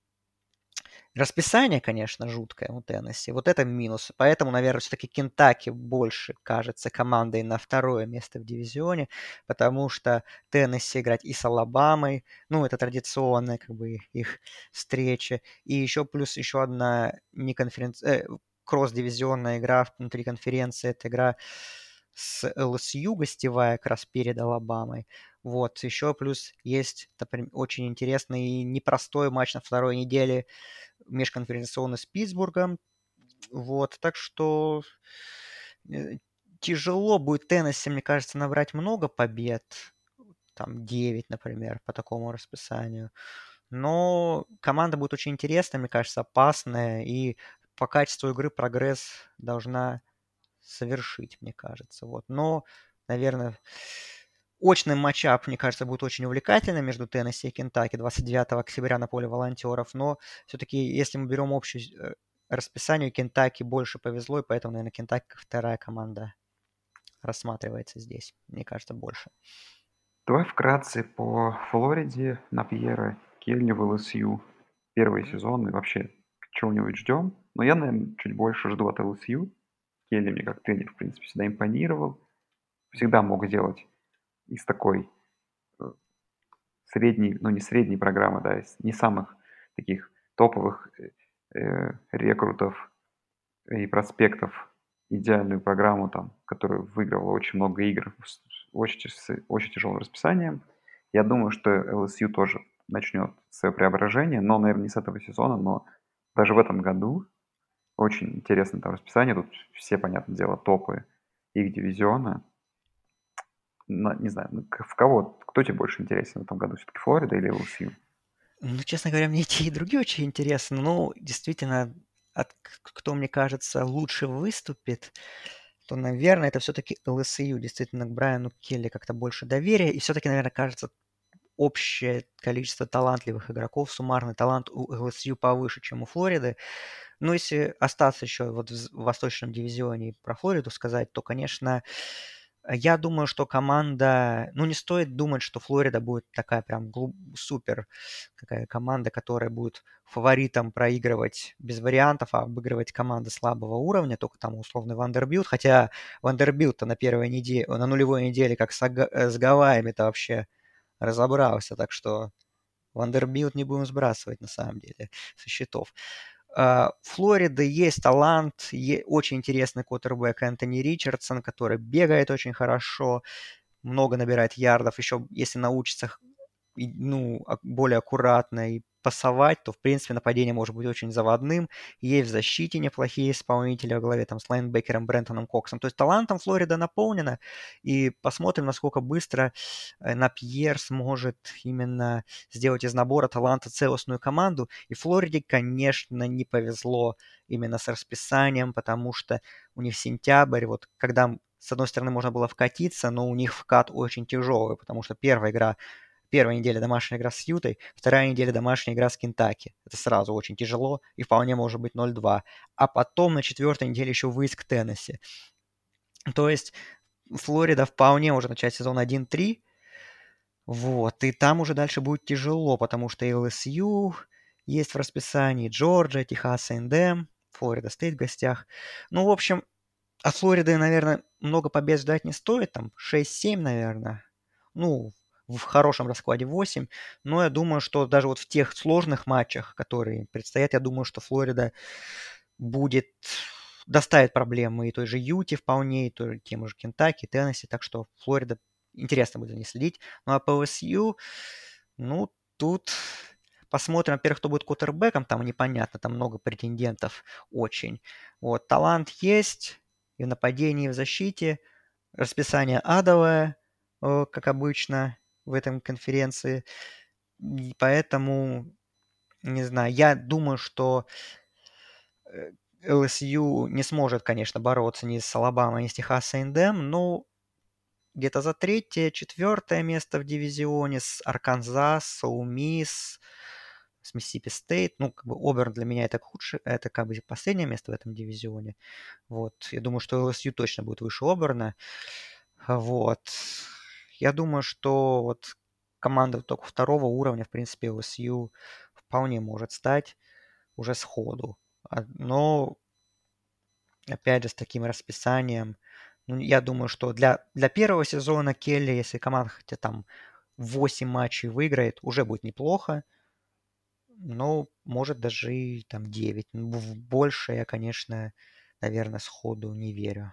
расписание, конечно, жуткое у Теннесси. Вот это минус. Поэтому, наверное, все-таки Кентаки больше кажется командой на второе место в дивизионе, потому что Теннесси играть и с Алабамой, ну, это традиционная как бы их встреча. И еще плюс еще одна не конференц... э, кросс-дивизионная игра внутри конференции. Это игра с эл эс ю гостевая как раз перед Алабамой. Вот, еще плюс есть, например, очень интересный и непростой матч на второй неделе межконференционный с Питтсбургом. Вот, так что э, тяжело будет Теннесси, мне кажется, набрать много побед. Там девять, например, по такому расписанию. Но команда будет очень интересная, мне кажется, опасная. И по качеству игры прогресс должна совершить, мне кажется. Вот. Но, наверное, очный матчап, мне кажется, будет очень увлекательным между Теннесси и Кентаки двадцать девятого октября на поле волонтеров. Но все-таки, если мы берем общее э, расписание, Кентаки больше повезло, и поэтому, наверное, Кентаки как вторая команда рассматривается здесь. Мне кажется, больше. Давай вкратце по Флориде, Напьера, Келли в эл эс ю. Первый Мгм. сезон и вообще, чего-нибудь ждем. Но я, наверное, чуть больше жду от эл эс ю. Келли мне как тренер, в принципе, всегда импонировал. Всегда мог сделать из такой э, средней, ну не средней программы, да, из не самых таких топовых э, э, рекрутов и проспектов идеальную программу, там, которая выигрывала очень много игр с очень, с очень тяжелым расписанием. Я думаю, что эл эс ю тоже начнет свое преображение, но, наверное, не с этого сезона, но даже в этом году очень интересное там расписание. Тут все, понятное дело, топы их дивизиона. Но, не знаю, ну, к- в кого, кто тебе больше интересен в этом году? Все-таки Флорида или эл эс ю? Ну, честно говоря, мне и те, и другие очень интересны. Но действительно, от, к- кто, мне кажется, лучше выступит, то, наверное, это все-таки эл эс ю. Действительно, к Брайану Келли как-то больше доверия. И все-таки, наверное, кажется, общее количество талантливых игроков, суммарный талант у эл эс ю повыше, чем у Флориды. Но если остаться еще вот в з- в восточном дивизионе и про Флориду сказать, то, конечно, э, я думаю, что команда... Ну, не стоит думать, что Флорида будет такая прям глуб- супер какая команда, которая будет фаворитом проигрывать без вариантов, а обыгрывать команды слабого уровня, только там условный Вандербилт. Хотя Вандербилт-то на первой неделе, на нулевой неделе, как с, Ага- э, с Гавайями-то вообще разобрался, так что Вандербилт не будем сбрасывать на самом деле со счетов. А, Флорида есть талант, е- очень интересный квотербек Энтони Ричардсон, который бегает очень хорошо, много набирает ярдов. Еще если научится х- и, ну, ак- более аккуратно и пасовать, то, в принципе, нападение может быть очень заводным. Есть в защите неплохие исполнители во главе там, с лайнбекером Брентоном Коксом. То есть талантом Флорида наполнена, и посмотрим, насколько быстро э, Напьер сможет именно сделать из набора таланта целостную команду. И Флориде, конечно, не повезло именно с расписанием, потому что у них сентябрь, вот когда с одной стороны можно было вкатиться, но у них вкат очень тяжелый, потому что первая игра Первая неделя домашняя игра с Ютой, вторая неделя домашняя игра с Кентаки. Это сразу очень тяжело и вполне может быть ноль два. А потом на четвертой неделе еще выезд к Теннесси. То есть Флорида вполне может начать сезон один три. Вот, и там уже дальше будет тяжело, потому что эл эс ю есть в расписании, Джорджия, Техас эй энд эм, Флорида Стейт в гостях. Ну, в общем, от Флориды, наверное, много побед ждать не стоит, там шесть-семь, наверное. Ну, в хорошем раскладе восемь. Но я думаю, что даже вот в тех сложных матчах, которые предстоят, я думаю, что Флорида будет доставит проблемы и той же Юте вполне, и той, тем же Кентаки, Теннесси, так что Флорида интересно будет за ней следить. Ну а по эл эс ю, ну тут посмотрим, во-первых, кто будет квотербеком, там непонятно, там много претендентов очень. Вот, талант есть и в нападении, и в защите, расписание адовое, э, как обычно в этом конференции, и поэтому, не знаю, я думаю, что э, эл эс ю не сможет, конечно, бороться ни с Алабамой, ни с Техас эй энд эм, но где-то за третье, четвертое место в дивизионе с Арканзас, Ole Miss, с Миссисипи Стейт. Ну, как бы Оберн для меня это худшее, это как бы последнее место в этом дивизионе. Вот. Я думаю, что эл эс ю точно будет выше Оберна. Вот. Я думаю, что вот команда только второго уровня, в принципе, эл эс ю вполне может стать уже сходу. А, Но, опять же, с таким расписанием, ну, я думаю, что для, для первого сезона Келли, если команда хотя там восемь матчей выиграет, уже будет неплохо. Но может даже и там девять. Ну, В больше я, конечно, наверное, сходу не верю.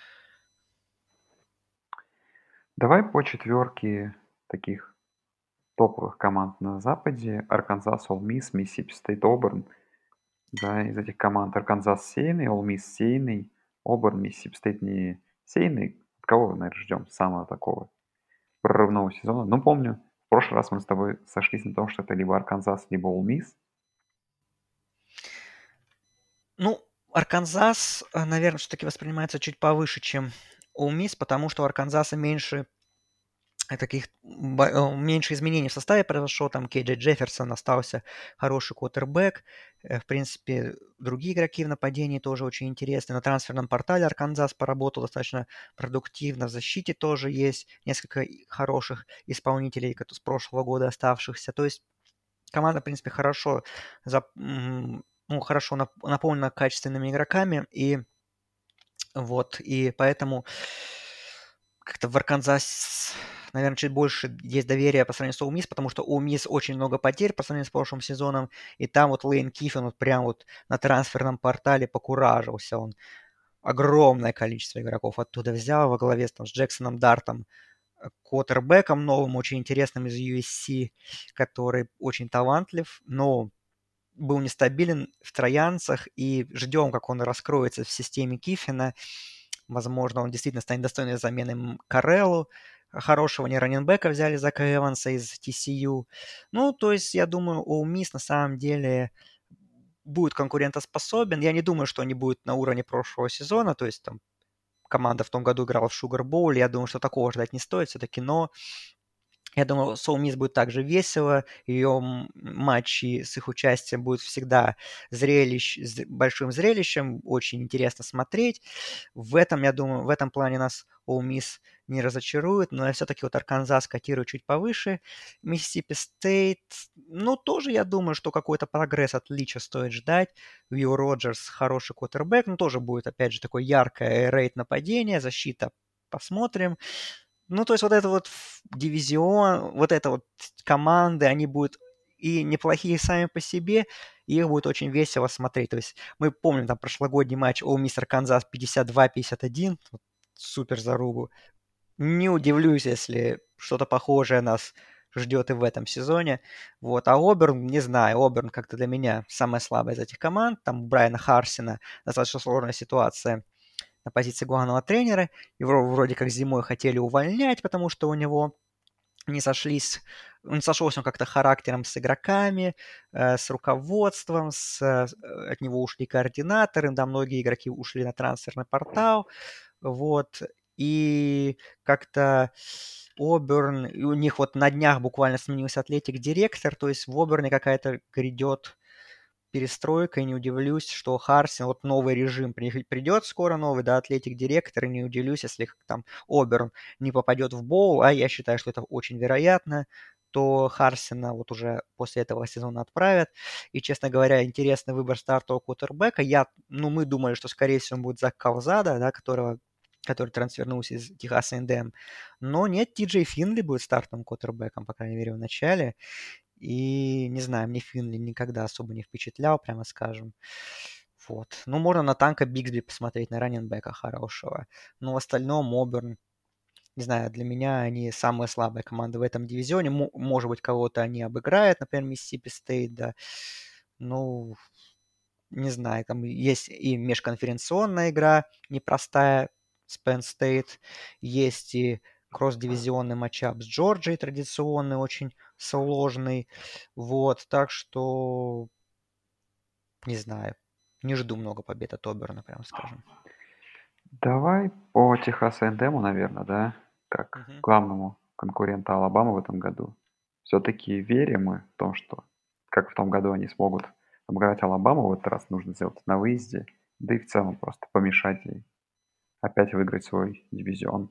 Давай по четверке таких топовых команд на Западе. Арканзас, Ole Miss, Миссисипи Стейт, Оберн. Да, из этих команд Арканзас сеянный, Ole Miss сеянный, Оберн, Миссисипи Стейт не сеянный. От кого, наверное, ждем самого такого прорывного сезона? Ну, помню, в прошлый раз мы с тобой сошлись на том, что это либо Арканзас, либо Ole Miss. Ну, Арканзас, наверное, все-таки воспринимается чуть повыше, чем Ole Miss, потому что у Арканзаса меньше э, таких ба- э, меньше изменений в составе произошло. Там Кей Джей Джефферсон остался хороший квотербек. Э, В принципе, другие игроки в нападении тоже очень интересны. На трансферном портале Арканзас поработал достаточно продуктивно. В защите тоже есть несколько и- хороших исполнителей, кото- с прошлого года оставшихся. То есть команда, в принципе, хорошо, зап- м, ну, хорошо нап- наполнена качественными игроками. И вот, и поэтому как-то в Арканзас, наверное, чуть больше есть доверия по сравнению с Ole Miss, потому что у Miss очень много потерь по сравнению с прошлым сезоном, и там вот Лейн Киффин вот прям вот на трансферном портале покуражился. Он огромное количество игроков оттуда взял во главе с, там, с Джексоном Дартом, э, квотербеком новым, очень интересным из ю эс си, который очень талантлив, но был нестабилен в троянцах, и ждем, как он раскроется в системе Киффина. Возможно, он действительно станет достойной заменой Кареллу. Хорошего не раненбека взяли Зака Эванса из ти си ю. Ну, то есть, я думаю, Ole Miss на самом деле будет конкурентоспособен. Я не думаю, что они будут на уровне прошлого сезона. То есть, там, команда в том году играла в Шугар Боуле. Я думаю, что такого ждать не стоит все-таки. Но я думаю, Soul Miss будет также весело. Ее м- матчи с их участием будут всегда зрелищ, з- большим зрелищем. Очень интересно смотреть. В этом, я думаю, в этом плане нас Ole Miss не разочарует. Но я все-таки вот Арканзас котирую чуть повыше. Миссисипи Стейт, ну, тоже я думаю, что какой-то прогресс от Лича стоит ждать. Уилл Роджерс хороший квотербек. Ну, тоже будет, опять же, такое яркое рейд нападение, защита. Посмотрим. Ну, то есть вот это вот ф- дивизион, вот это вот команды, они будут и неплохие сами по себе, и их будет очень весело смотреть. То есть мы помним там прошлогодний матч Ole Miss Арканзас пятьдесят два пятьдесят один, вот супер зарубу. Не удивлюсь, если что-то похожее нас ждет и в этом сезоне. Вот. А Оберн, не знаю, Оберн как-то для меня самая слабая из этих команд. Там у Брайана Харсина достаточно сложная ситуация на позиции главного тренера. Его вроде как зимой хотели увольнять, потому что у него не сошлись, не сошелся он как-то характером с игроками, э, с руководством, с, э, от него ушли координаторы, да, многие игроки ушли на трансферный портал, вот, и как-то Оберн, и у них вот на днях буквально сменился атлетик-директор, то есть в Оберне какая-то грядет перестройка, и не удивлюсь, что Харсин, вот новый режим при- придет скоро, новый, да, атлетик-директор, и не удивлюсь, если там Оберн не попадет в боул, а я считаю, что это очень вероятно, то Харсина вот уже после этого сезона отправят. И, честно говоря, интересный выбор стартового квотербека. Я, ну, мы думали, что, скорее всего, он будет Зак Калзада, да, которого который трансфернулся из Техаса эй энд эм. Но нет, Ти Джей Финли будет стартовым квотербеком, по крайней мере, в начале. И не знаю, мне Финли никогда особо не впечатлял, прямо скажем. Вот. Ну, можно на Танка Бигсби посмотреть, на раннинбека хорошего. Но в остальном Оберн, не знаю, для меня они самая слабая команда в этом дивизионе. Мо- может быть, кого-то они обыграют, например, Миссисипи Стейт, да. Ну, не знаю, там есть и межконференционная игра непростая с Penn State, есть и кросс-дивизионный матчап с Джорджией, традиционный, очень сложный. Вот, так что, не знаю, не жду много побед от Оберна, прям скажем. Давай по Техас A and M, наверное, да, как Мгм. главному конкуренту Алабамы в этом году. Все-таки верим мы в том, что как в том году они смогут обыграть Алабаму, в этот раз нужно сделать на выезде, да и в целом просто помешать ей опять выиграть свой дивизион.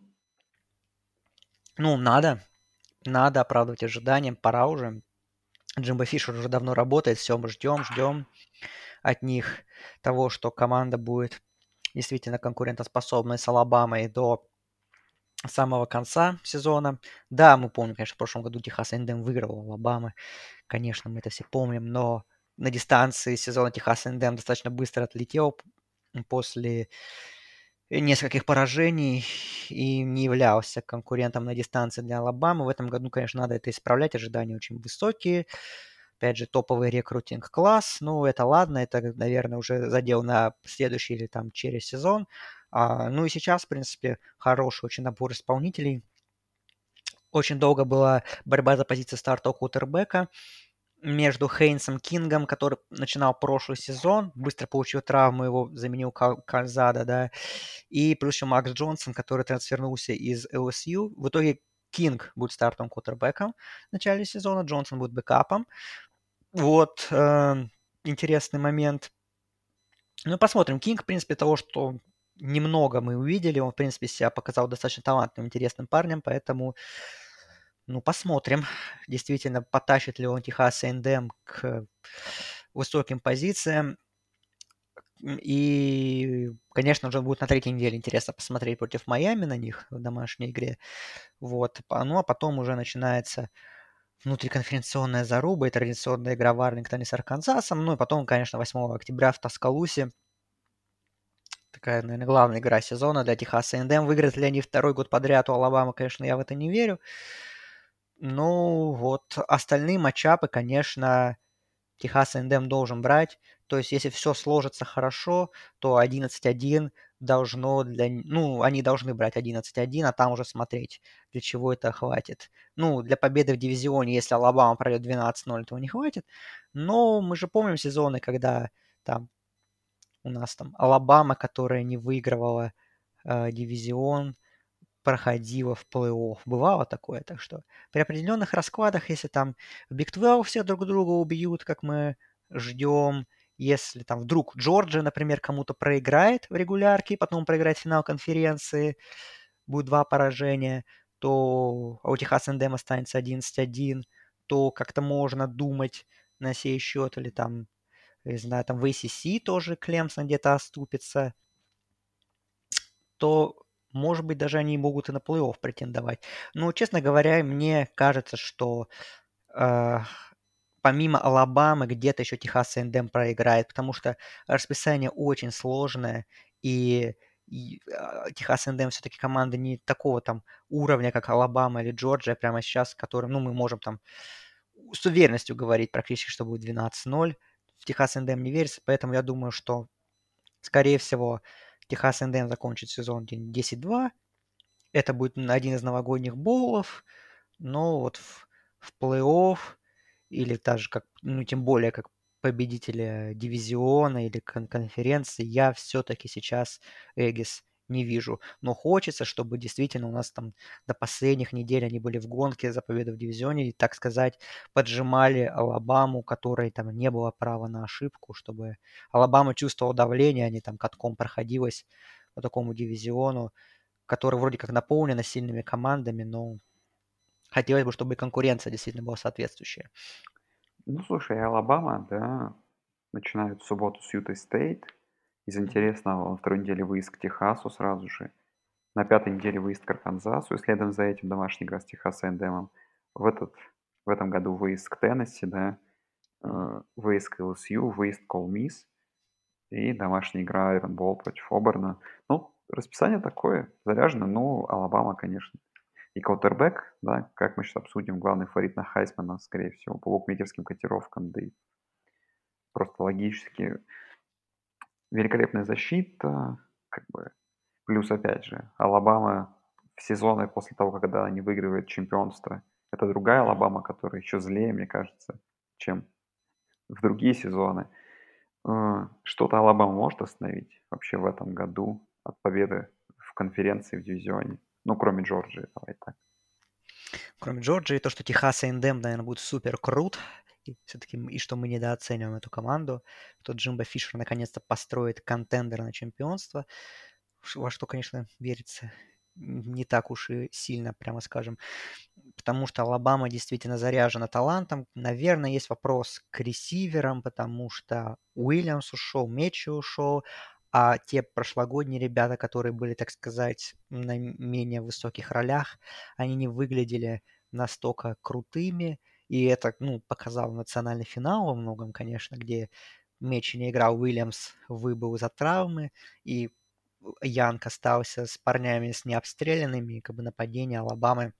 Ну, надо, надо оправдывать ожидания, пора уже. Джимбо Фишер уже давно работает, все, мы ждем, ждем от них того, что команда будет действительно конкурентоспособной с Алабамой до самого конца сезона. Да, мы помним, конечно, в прошлом году Техас Эндем выиграл у Алабамы. Конечно, мы это все помним, но на дистанции сезона Техас Эндем достаточно быстро отлетел после нескольких поражений и не являлся конкурентом на дистанции для Алабамы. В этом году, конечно, надо это исправлять. Ожидания очень высокие. Опять же, топовый рекрутинг-класс. Ну, это ладно, это, наверное, уже задел на следующий или там через сезон. А, ну и сейчас, в принципе, хороший очень набор исполнителей. Очень долго была борьба за позицию стартового квотербека между Хейнсом Кингом, который начинал прошлый сезон, быстро получил травму, его заменил Кал- Кальзада, да, и плюс еще Макс Джонсон, который трансфернулся из эл эс ю. В итоге Кинг будет стартовым квотербеком в начале сезона, Джонсон будет бэкапом. Вот, э, интересный момент. Ну, посмотрим. Кинг, в принципе, того, что немного мы увидели, он, в принципе, себя показал достаточно талантливым, интересным парнем, поэтому, ну, посмотрим, действительно, потащит ли он Техас A&M к высоким позициям. И, конечно же, будет на третьей неделе интересно посмотреть против Майами на них в домашней игре. Вот. Ну, а потом уже начинается внутриконференционная заруба и традиционная игра в Арлингтоне с Арканзасом. Ну и потом, конечно, восьмого октября в Таскалусе. Такая, наверное, главная игра сезона для Техаса A&M. Выиграют ли они второй год подряд у Алабамы, конечно, я в это не верю. Ну, вот остальные матчапы, конечно, Техас A&M должен брать. То есть, если все сложится хорошо, то одиннадцать один должно для... Ну, они должны брать одиннадцать один, а там уже смотреть, для чего это хватит. Ну, для победы в дивизионе, если Алабама пройдет двенадцать ноль, этого не хватит. Но мы же помним сезоны, когда там у нас там Алабама, которая не выигрывала э, дивизион, проходила в плей-офф. Бывало такое, так что при определенных раскладах, если там в Биг двенадцать все друг друга убьют, как мы ждем, если там вдруг Джорджия, например, кому-то проиграет в регулярке, потом проиграет финал конференции, будет два поражения, то а у Техас Эндем останется одиннадцать один, то как-то можно думать на сей счет, или там, не знаю, там в эй си си тоже Клемсон где-то оступится, то, может быть, даже они могут и на плей-офф претендовать. Но, честно говоря, мне кажется, что э, помимо Алабамы где-то еще Техас A&M проиграет, потому что расписание очень сложное, и, и а, Техас A&M все-таки команда не такого там уровня, как Алабама или Джорджия прямо сейчас, которым, ну, мы можем там с уверенностью говорить практически, что будет двенадцать ноль. В Техас A&M не верится, поэтому я думаю, что, скорее всего, Техас A&M закончит сезон десять два. Это будет один из новогодних боулов, но вот в, в плей-офф или даже как, ну, тем более как победителя дивизиона или кон- конференции я все-таки сейчас Эггис не вижу. Но хочется, чтобы действительно у нас там до последних недель они были в гонке за победу в дивизионе и, так сказать, поджимали Алабаму, которой там не было права на ошибку, чтобы Алабама чувствовала давление, а не там катком проходилась по такому дивизиону, который вроде как наполнен сильными командами, но хотелось бы, чтобы и конкуренция действительно была соответствующая. Ну, слушай, Алабама, да, начинают в субботу с Ютой Стейт. Из Мгм. интересного, на второй неделе выезд к Техасу сразу же. На пятой неделе выезд к Арканзасу. И следом за этим домашняя игра с Техас A&M. В, этот, в этом году выезд к Теннесси, да. Мгм. э, Выезд к эл эс ю, выезд к Ole Miss. и домашняя игра Iron Bowl против Оберна. Ну, расписание такое, заряжено, ну, Алабама, конечно. И квотербек, да, как мы сейчас обсудим, главный фаворит на Хайсмана, скорее всего, по букмекерским котировкам, да и просто логически. Великолепная защита, как бы. Плюс, опять же, Алабама в сезоны после того, когда они выигрывают чемпионство, это другая Алабама, которая еще злее, мне кажется, чем в другие сезоны. Э, Что-то Алабама может остановить вообще в этом году от победы в конференции в дивизионе? Ну, кроме Джорджии, давай так. Кроме Джорджии, то, что Техас A&M, наверное, будет супер крут. И все-таки и что мы недооцениваем эту команду, что Джимбо Фишер наконец-то построит контендер на чемпионство, во что, конечно, верится не так уж и сильно, прямо скажем, потому что Алабама действительно заряжена талантом. Наверное, есть вопрос к ресиверам, потому что Уильямс ушел, Мечи ушел, а те прошлогодние ребята, которые были, так сказать, на менее высоких ролях, они не выглядели настолько крутыми, и это, ну, показал национальный финал во многом, конечно, где Мечи не играл, Уильямс выбыл из-за травмы, и Янг остался с парнями с необстрелянными, и как бы нападение Алабамы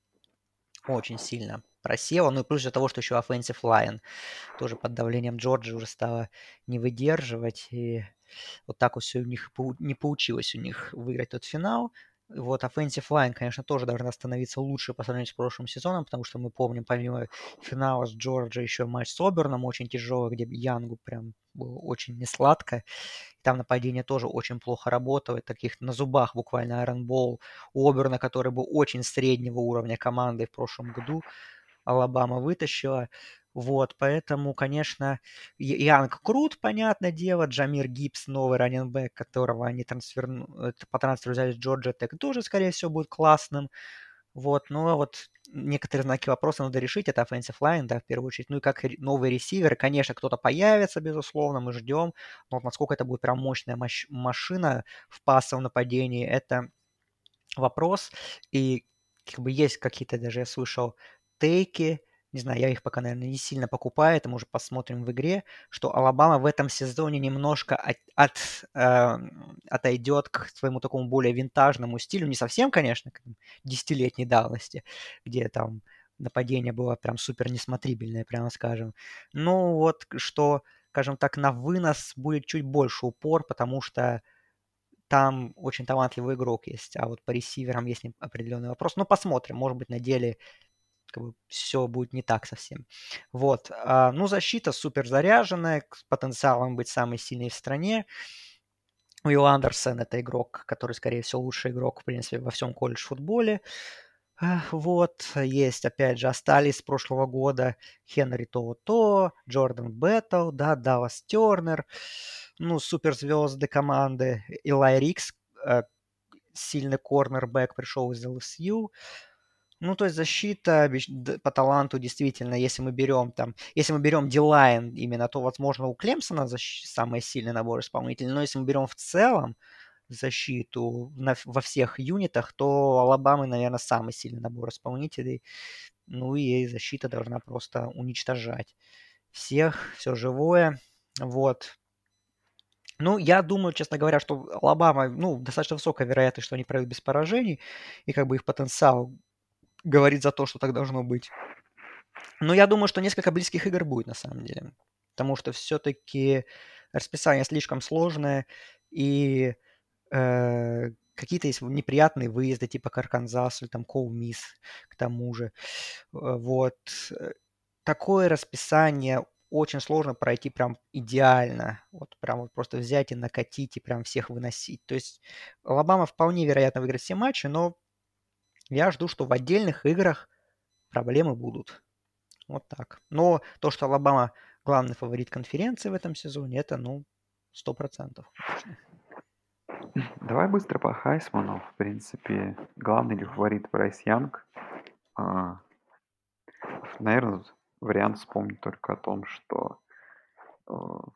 очень сильно просело. Ну и плюс из-за того, что еще offensive line тоже под давлением Джорджи уже стало не выдерживать. И вот так вот все у них не получилось у них выиграть тот финал. Вот offensive line, конечно, тоже должна становиться лучше по сравнению с прошлым сезоном, потому что мы помним, помимо финала с Джорджи, еще матч с Оберном очень тяжелый, где Янгу прям было очень несладко. Там нападение тоже очень плохо работало, таких на зубах буквально Iron Bowl у Оберна, который был очень среднего уровня команды в прошлом году, Алабама вытащила. Вот, поэтому, конечно, Янг крут, понятное дело, Джамир Гибс, новый раннинбэк, которого они трансфер... по трансферу взяли с Джорджия Тек, тоже, скорее всего, будет классным. Вот, но вот некоторые знаки вопроса надо решить. Это offensive line, да, в первую очередь. Ну и как новые ресиверы. Конечно, кто-то появится, безусловно, мы ждем. Но вот насколько это будет прям мощная мощ- машина в пассовом нападении, это вопрос. И как бы есть какие-то, даже я слышал, тейки, не знаю, я их пока, наверное, не сильно покупаю, это мы уже посмотрим в игре, что Алабама в этом сезоне немножко от, от, э, отойдет к своему такому более винтажному стилю, не совсем, конечно, к десятилетней давности, где там нападение было прям супер несмотрибельное, прямо скажем. Ну вот, что, скажем так, на вынос будет чуть больше упор, потому что там очень талантливый игрок есть, а вот по ресиверам есть определенный вопрос. Ну, посмотрим, может быть, на деле как бы все будет не так совсем. Вот. А, ну, защита супер заряженная, с потенциалом быть самой сильной в стране. Уилл Андерсон – это игрок, который, скорее всего, лучший игрок, в принципе, во всем колледж-футболе. А, Вот, есть, опять же, остались с прошлого года Хенри То-То, Джордан Беттл, да, Даллас Тернер, ну, суперзвезды команды, Илай Рикс, э, сильный корнербэк, пришел из эл эс ю. Ну, то есть защита беж- д- по таланту действительно, если мы берем там, если мы берем Дилайн именно, то, возможно, у Клемсона защ- самый сильный набор исполнителей, но если мы берем в целом защиту на, во всех юнитах, то Алабамы, наверное, самый сильный набор исполнителей. Ну и защита должна просто уничтожать всех, все живое. Вот. Ну, я думаю, честно говоря, что Алабама, ну, достаточно высокая вероятность, что они пройдут без поражений, и как бы их потенциал говорит за то, что так должно быть. Но я думаю, что несколько близких игр будет на самом деле, потому что все-таки расписание слишком сложное, и э, какие-то есть неприятные выезды, типа к Арканзасу или там Коу Мисс, к тому же. Э, Вот. Э, Такое расписание очень сложно пройти прям идеально. Вот прям вот просто взять и накатить, и прям всех выносить. То есть Алабама вполне вероятно выиграть все матчи, но я жду, что в отдельных играх проблемы будут. Вот так. Но то, что Алабама главный фаворит конференции в этом сезоне, это, ну, сто процентов, конечно. Давай быстро по Хайсману. В принципе, главный ли фаворит Брайс Янг. А, наверное, вариант вспомнить только о том, что э,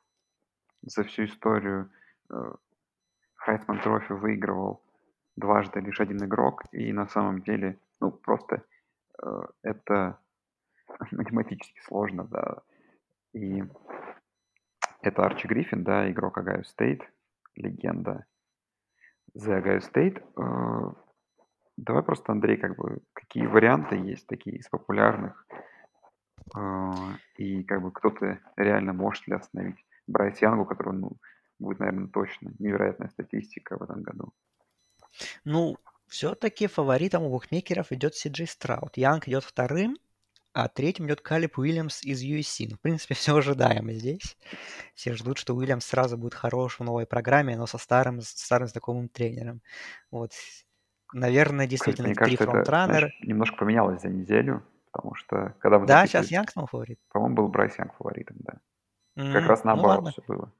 за всю историю э, Хайсман Трофи выигрывал дважды лишь один игрок, и на самом деле, ну, просто э, это математически сложно, да. И Это Арчи Гриффин, да, игрок Огайо Стейт, легенда The Огайо Стейт. Э, Давай просто, Андрей, как бы, какие варианты есть такие из популярных, а, и как бы кто-то реально может ли остановить Брайс Янгу, который, ну, будет, наверное, точно невероятная статистика в этом году. Ну, все-таки фаворитом у букмекеров идет Си Джей Страут. Янг идет вторым, а третьим идет Калиб Уильямс из ю эс си. Ну, в принципе, все ожидаемо здесь. Все ждут, что Уильямс сразу будет хорош в новой программе, но со старым, с старым знакомым тренером. Вот. Наверное, Кстати, действительно, мне это три кажется, это, знаешь, фронтраннера. немножко поменялось за неделю, потому что, когда мы Да, сейчас записывались, Янг снова фаворит. по-моему, был Брайс Янг фаворитом, да. Как М, раз ну наоборот ладно. все было.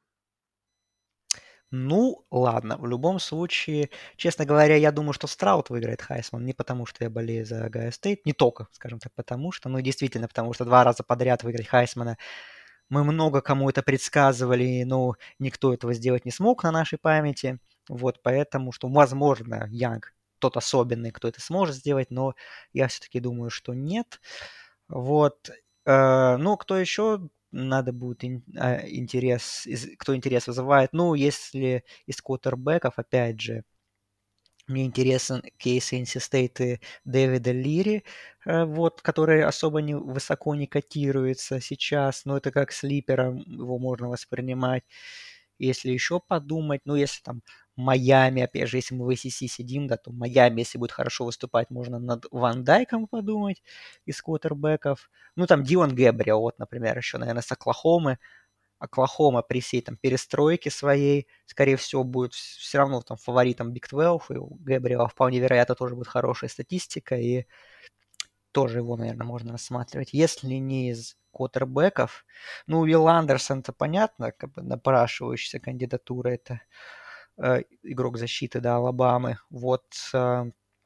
Ну, ладно. В любом случае, честно говоря, я думаю, что Страут выиграет Хайсман не потому, что я болею за Огайо Стейт, не только, скажем так, потому что, ну, действительно, потому что два раза подряд выиграть Хайсмана мы много кому это предсказывали, но никто этого сделать не смог на нашей памяти. Вот, поэтому, что, возможно, Янг тот особенный, кто это сможет сделать, но я все-таки думаю, что нет. Вот. Э, ну, кто еще надо будет ин- а, интерес, из- кто интерес вызывает? Ну, если из квотербеков, опять же, мне интересен кейс N C State и Дэвида Лири, э, вот, который особо не, высоко не котируется сейчас, но это как слипера его можно воспринимать. Если еще подумать, ну, если там Майами, опять же, если мы в A C C сидим, да, то Майами, если будет хорошо выступать, можно над Ван Дайком подумать из квотербеков. Ну, там Дилан Гэбриэл, вот, например, еще, наверное, с Оклахомы. Оклахома при всей там перестройке своей, скорее всего, будет все равно там фаворитом Биг двенадцать, и у Гэбриэла вполне вероятно тоже будет хорошая статистика, и тоже его, наверное, можно рассматривать. Если не из квотербеков, ну, Уилл Андерсон-то понятно, как бы напрашивающаяся кандидатура, это э, игрок защиты, да, Алабамы. Вот, э,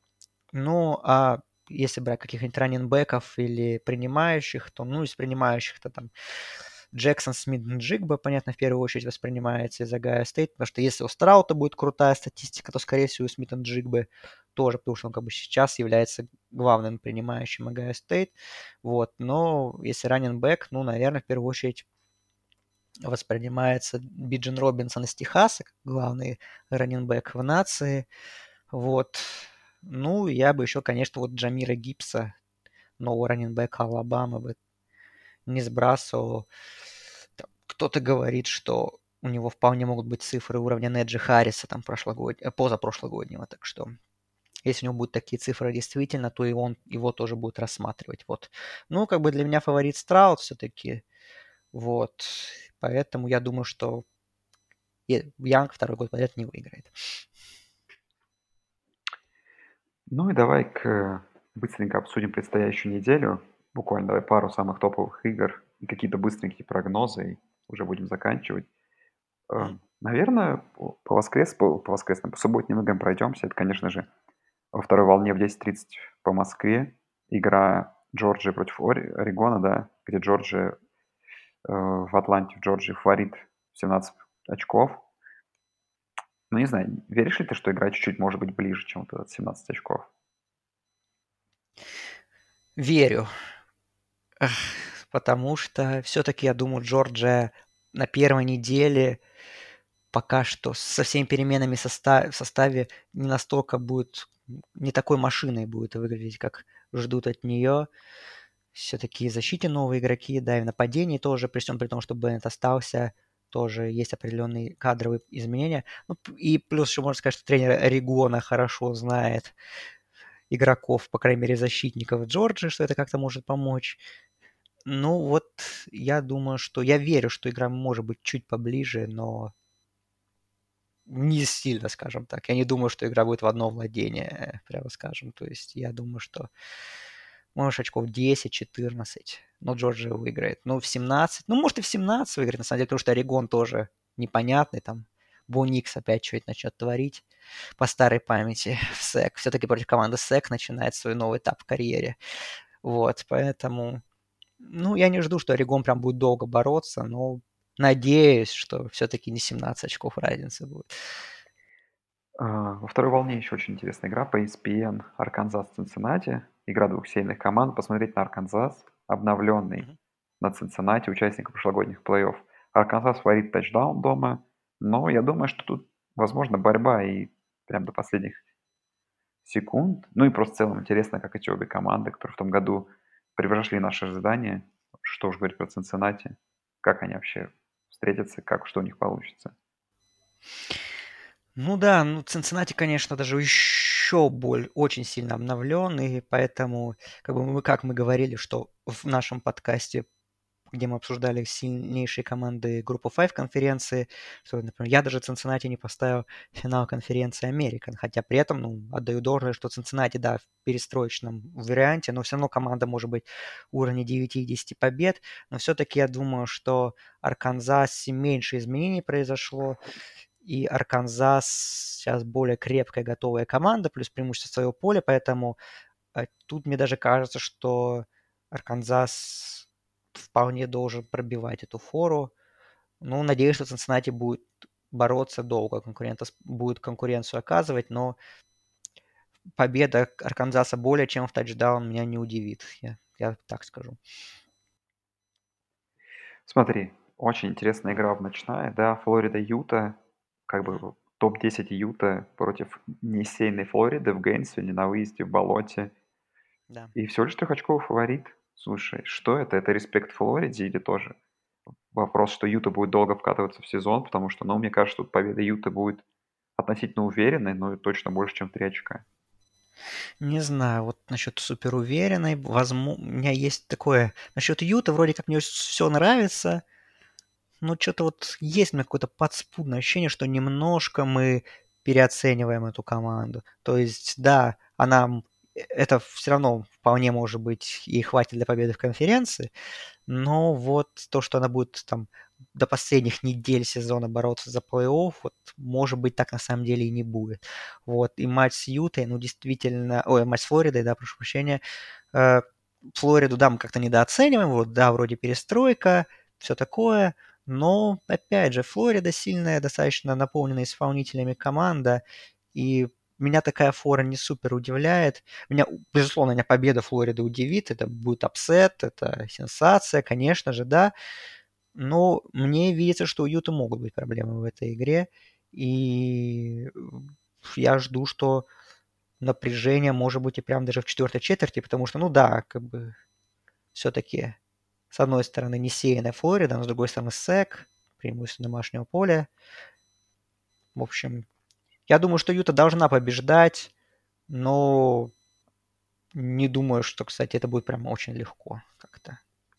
ну, а если брать каких-нибудь раннинбеков или принимающих, то, ну, из принимающих-то там Джексон Смит Джигба, понятно, в первую очередь воспринимается из Огайо Стейт, потому что если у Страута будет крутая статистика, то, скорее всего, у Смита Джигбы тоже, потому что он как бы сейчас является главным принимающим Огайо Стейт. Вот. Но если раннинбэк, ну, наверное, в первую очередь воспринимается Биджин Робинсон из Техаса, как главный раннинбэк в нации. Вот. Ну, я бы еще, конечно, вот Джамира Гибса, нового раннинбека Алабамы, бы не сбрасывал. Там кто-то говорит, что у него вполне могут быть цифры уровня Неджи Харриса, там, прошлогод... э, позапрошлогоднего, так что если у него будут такие цифры действительно, то и он его тоже будет рассматривать. Вот. Ну, как бы для меня фаворит Страут все-таки. Вот. Поэтому я думаю, что и Янг второй год подряд не выиграет. Ну и давай к быстренько обсудим предстоящую неделю. Буквально давай пару самых топовых игр и какие-то быстренькие прогнозы, и уже будем заканчивать. Э, Мгм. Наверное, по, по, воскрес, по, по воскресным, по субботним играм пройдемся. Это, конечно же, во второй волне в десять тридцать по Москве. Игра Джорджии против Ори- Орегона, да, где Джорджия э, в Атланте, в Джорджии фаворит семнадцать очков. Ну, не знаю, веришь ли ты, что игра чуть-чуть может быть ближе, чем вот этот семнадцать очков? Верю. Эх, потому что все-таки, я думаю, Джорджия на первой неделе пока что со всеми переменами соста- в составе не настолько будет, не такой машиной будет выглядеть, как ждут от нее. Все-таки в защите новые игроки, да, и в нападении тоже, при всем при том, что Беннет остался, тоже есть определенные кадровые изменения. Ну, п- и плюс еще можно сказать, что тренер Орегона хорошо знает игроков, по крайней мере, защитников Джорджии, что это как-то может помочь. Ну вот, я думаю, что я верю, что игра может быть чуть поближе, но не сильно, скажем так. Я не думаю, что игра будет в одно владение, прямо скажем. То есть я думаю, что может очков десять-четырнадцать, но Джорджия выиграет. Ну, в семнадцать, ну, может и в семнадцать выиграет, на самом деле, потому что Орегон тоже непонятный, там Бо Никс опять что-то начнет творить по старой памяти в СЭК. Все-таки против команды СЭК начинает свой новый этап в карьере. Вот, поэтому, ну, я не жду, что Орегон прям будет долго бороться, но надеюсь, что все-таки не семнадцать очков разницы будет. А, Во второй волне еще очень интересная игра по E S P N. Арканзас Цинциннати. Игра двух сильных команд. Посмотреть на Арканзас, обновленный Мгм. на Цинциннати, участника прошлогодних плей-офф. Арканзас фаворит тачдаун дома, но я думаю, что тут, возможно, борьба и прям до последних секунд. Ну и просто в целом интересно, как эти обе команды, которые в том году превзошли наши ожидания, что уж говорить про Цинциннати, как они вообще встретятся, как, что у них получится. Ну да, ну Цинциннати, конечно, даже еще более, очень сильно обновлен, и поэтому, как бы мы, как мы говорили, что в нашем подкасте, где мы обсуждали сильнейшие команды группы пять конференции, что, например, я даже Цинциннати не поставил в финал конференции Американ, хотя при этом, ну, отдаю должное, что Цинциннати, да, в перестроечном варианте, но все равно команда может быть уровня девяти-десяти побед, но все-таки я думаю, что Арканзасе меньше изменений произошло, и Арканзас сейчас более крепкая, готовая команда, плюс преимущество своего поля, поэтому э, тут мне даже кажется, что Арканзас вполне должен пробивать эту фору. Ну, надеюсь, что Цинциннати будет бороться долго, конкурента будет конкуренцию оказывать, но победа Арканзаса более чем в тачдаун меня не удивит, я, я так скажу. Смотри, очень интересная игра в ночная, да, Флорида-Юта, как бы топ десять Юта против несейной Флориды в Гейнсвилле на выезде в болоте. Да. И всего лишь трехочковый фаворит. Слушай, что это? Это респект Флориде или тоже вопрос, что Юта будет долго вкатываться в сезон, потому что, ну, мне кажется, тут победа Юта будет относительно уверенной, но и точно больше, чем три очка. Не знаю, вот насчет суперуверенной, возможно, у меня есть такое... Насчет Юта вроде как мне все нравится, но что-то вот есть у меня какое-то подспудное ощущение, что немножко мы переоцениваем эту команду. То есть, да, она... Это все равно вполне может быть и хватит для победы в конференции, но вот то, что она будет там до последних недель сезона бороться за плей-офф, вот, может быть, так на самом деле и не будет. Вот, и матч с Ютой, ну, действительно, ой, матч с Флоридой, да, прошу прощения, э, Флориду, да, мы как-то недооцениваем, вот, да, вроде перестройка, все такое, но, опять же, Флорида сильная, достаточно наполненная исполнителями команда, и меня такая фора не супер удивляет. Меня, безусловно, меня победа Флориды удивит. Это будет апсет, это сенсация, конечно же, да. Но мне видится, что у Юта могут быть проблемы в этой игре. И я жду, что напряжение может быть и прям даже в четвертой четверти, потому что, ну да, как бы все-таки с одной стороны не сеянная Флорида, но с другой стороны Сэк, преимущество домашнего поля. В общем, я думаю, что Юта должна побеждать, но не думаю, что, кстати, это будет прям очень легко как-то.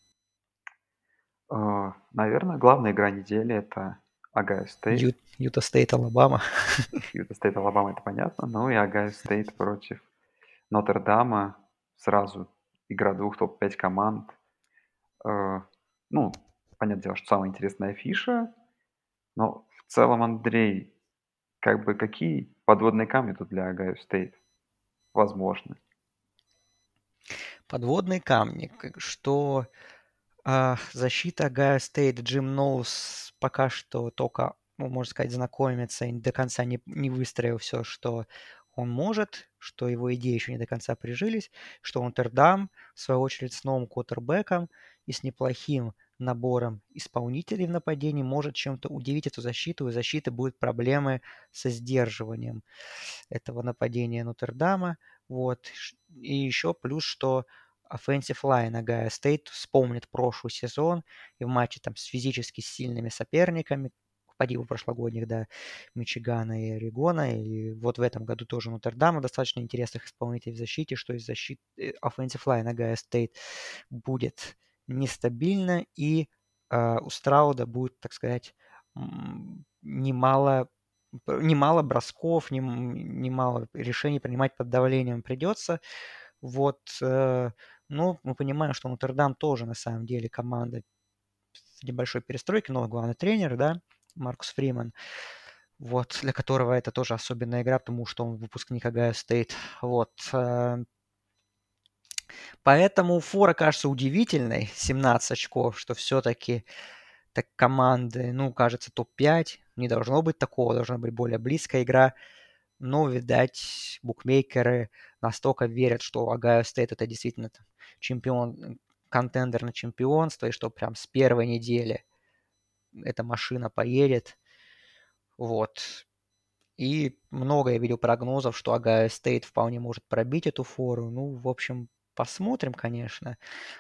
Э, Наверное, главная игра недели — это Огайо Стейт. Ю- Юта Стейт, Алабама. Юта Стейт, Алабама — это понятно, но и Огайо Стейт против Нотр-Дама. Сразу игра двух топ пять команд. Э, Ну, понятное дело, что самая интересная афиша, но в целом, Андрей, как бы какие подводные камни тут для Огайо Стейт возможны? Подводные камни, как- что а, защита Гайо Стейт, Джим Ноус пока что только, ну, можно сказать, знакомится и до конца не, не выстроил все, что он может, что его идеи еще не до конца прижились, что Нотр-Дам, в свою очередь, с новым квотербеком и с неплохим набором исполнителей в нападении может чем-то удивить эту защиту, и у защиты будут проблемы со сдерживанием этого нападения Нотр-Дама. Вот. И еще плюс, что offensive line Огайо Стейт вспомнит прошлый сезон и в матче там с физически сильными соперниками, по типу прошлогодних, да, Мичигана и Орегона, и вот в этом году тоже Нотр-Дама достаточно интересных исполнителей в защите, что из защиты offensive line Огайо Стейт будет нестабильно, и э, у Страуда будет, так сказать, немало немало бросков, нем немало решений принимать под давлением придется. Вот, э, ну, мы понимаем, что Нотр-Дам тоже на самом деле команда в небольшой перестройке, новый главный тренер, да, Маркус Фриман, вот, для которого это тоже особенная игра, потому что он выпускник Огайо Стейт. Вот. Э, поэтому фора кажется удивительной, семнадцать очков, что все-таки так команды, ну, кажется, топ пять, не должно быть такого, должна быть более близкая игра. Но, видать, букмекеры настолько верят, что Огайо Стейт это действительно чемпион, контендер на чемпионство, и что прям с первой недели эта машина поедет. Вот. И много я видел прогнозов, что Огайо Стейт вполне может пробить эту фору. Ну, в общем, посмотрим, конечно.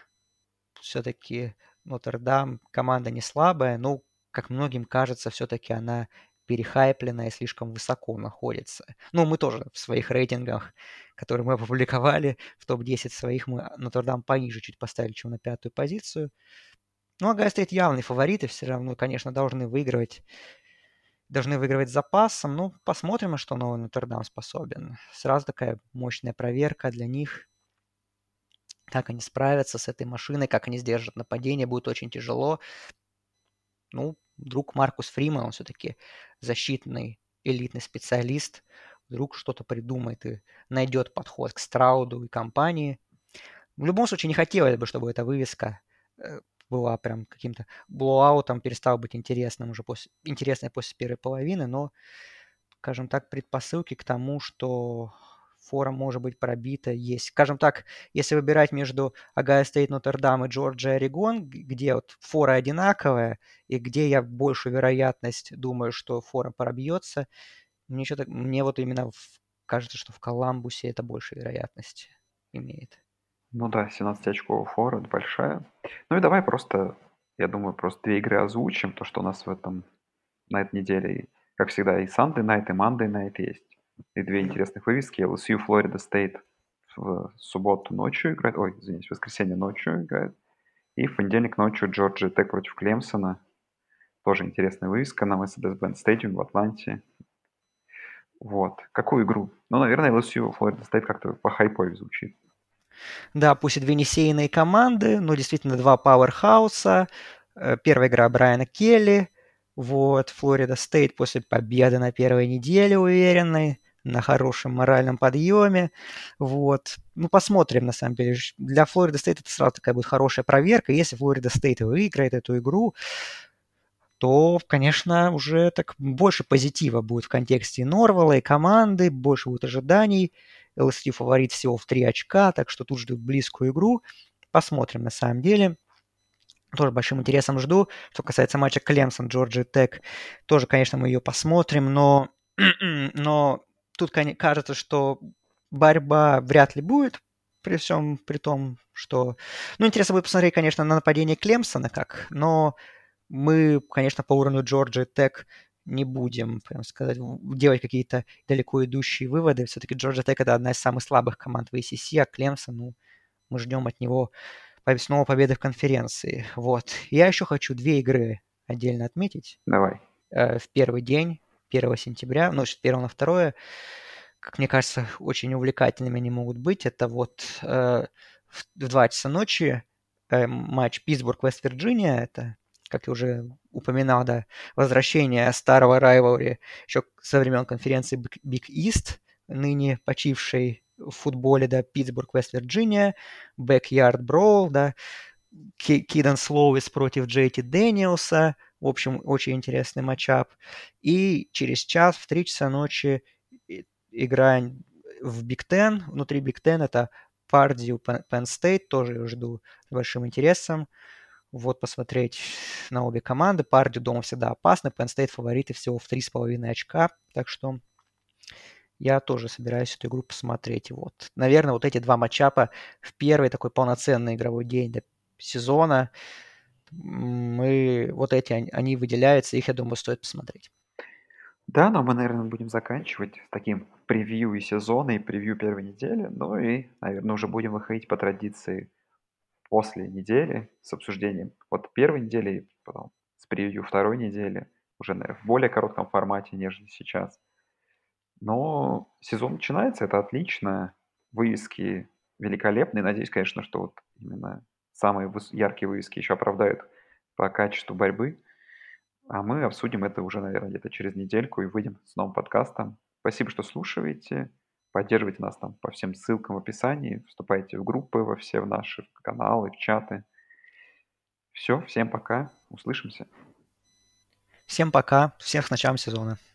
Все-таки Нотр-Дам команда не слабая, но, как многим кажется, все-таки она перехайпленная и слишком высоко находится. Ну, мы тоже в своих рейтингах, которые мы опубликовали, в топ десять своих мы Нотр-Дам пониже чуть поставили, чем на пятую позицию. Ну, Огайо Стейт явный фаворит, и все равно, конечно, должны выигрывать должны выигрывать с запасом. Ну, посмотрим, на что новый Нотр-Дам способен. Сразу такая мощная проверка для них. Как они справятся с этой машиной, как они сдержат нападение, будет очень тяжело. Ну, вдруг Маркус Фриман, он все-таки защитный элитный специалист, вдруг что-то придумает и найдет подход к Страуду и компании. В любом случае, не хотелось бы, чтобы эта вывеска э, была прям каким-то блоуаутом, перестала быть интересным уже после, интересной после первой половины, но, скажем так, предпосылки к тому, что фора может быть пробита, есть. Скажем так, если выбирать между Огайо Стейт, Нотр-Дам и Джорджия, Орегон, где вот фора одинаковая, и где я большую вероятность думаю, что фора пробьется, мне, что-то, мне вот именно в, кажется, что в Коламбусе это большая вероятность имеет. Ну да, семнадцать очков фора, это большая. Ну и давай просто, я думаю, просто две игры озвучим, то, что у нас в этом, на этой неделе, как всегда, и Sunday Night, и Monday Night есть. И две интересных вывески. эл эс ю Флорида Стейт в субботу ночью играет, ой, извините, в воскресенье ночью играет. И в понедельник ночью Джорджия Тек против Клемсона. Тоже интересная вывеска на Mercedes-Benz Stadium в Атланте. Вот. Какую игру? Ну, наверное, эл эс ю Флорида Стейт как-то по хайпове звучит. Да, пусть и две несеянные команды, но действительно два пауэрхауса. Э, Первая игра Брайана Келли. Вот, Флорида Стейт после победы на первой неделе уверенной, на хорошем моральном подъеме. Вот. Ну, посмотрим, на самом деле. Ж- Для Флорида Стейт это сразу такая будет хорошая проверка. Если Флорида Стейт выиграет эту игру, то, конечно, уже так больше позитива будет в контексте и Норвелла, и команды, больше будет ожиданий. эл эс ю фаворит всего в три очка, так что тут ждут близкую игру. Посмотрим на самом деле. Тоже большим интересом жду. Что касается матча Клемсон, Джорджия Тек, тоже, конечно, мы ее посмотрим, но, но тут кон- кажется, что борьба вряд ли будет, при всем при том, что... Ну, интересно будет посмотреть, конечно, на нападение Клемсона как, но мы, конечно, по уровню Джорджия Тек не будем, прям сказать, в- делать какие-то далеко идущие выводы. Все-таки Джорджия Тек это одна из самых слабых команд в эй си си, а Клемсон, ну, мы ждем от него поб- снова победы в конференции. Вот. Я еще хочу две игры отдельно отметить. Давай. Э, В первый день, первого сентября, ну, с первого на второе, как мне кажется, очень увлекательными они могут быть. Это вот э, в в два часа ночи э, матч Питтсбург-Вест-Вирджиния. Это, как я уже упоминал, да, возвращение старого райвалри еще со времен конференции Big Big East, ныне почившей в футболе, да, Питтсбург-Вест-Вирджиния, Backyard Brawl, да, Ки- Кидан Слоуис против Джей Ти Дэниелса. В общем, очень интересный матчап. И через час в три часа ночи и- игра в Биг Тен. Внутри Биг Тен это Пардию Penn State. Тоже ее жду с большим интересом. Вот посмотреть на обе команды. Пардию дома всегда опасно. Penn State фавориты всего в три с половиной очка. Так что я тоже собираюсь эту игру посмотреть. Вот. Наверное, вот эти два матчапа в первый такой полноценный игровой день до сезона. Мы, вот эти, они, они выделяются, их, я думаю, стоит посмотреть. Да, но мы, наверное, будем заканчивать с таким превью и сезона, и превью первой недели. Ну и, наверное, уже будем выходить по традиции после недели с обсуждением вот первой недели, и потом с превью второй недели, уже, наверное, в более коротком формате, нежели сейчас. Но сезон начинается, это отлично. Вывески великолепные. Надеюсь, конечно, что вот именно самые выс- яркие вывески еще оправдают по качеству борьбы. А мы обсудим это уже, наверное, где-то через недельку и выйдем с новым подкастом. Спасибо, что слушаете. Поддерживайте нас там по всем ссылкам в описании. Вступайте в группы во все в наши каналы, в чаты. Все, всем пока. Услышимся. Всем пока, всех с началом сезона.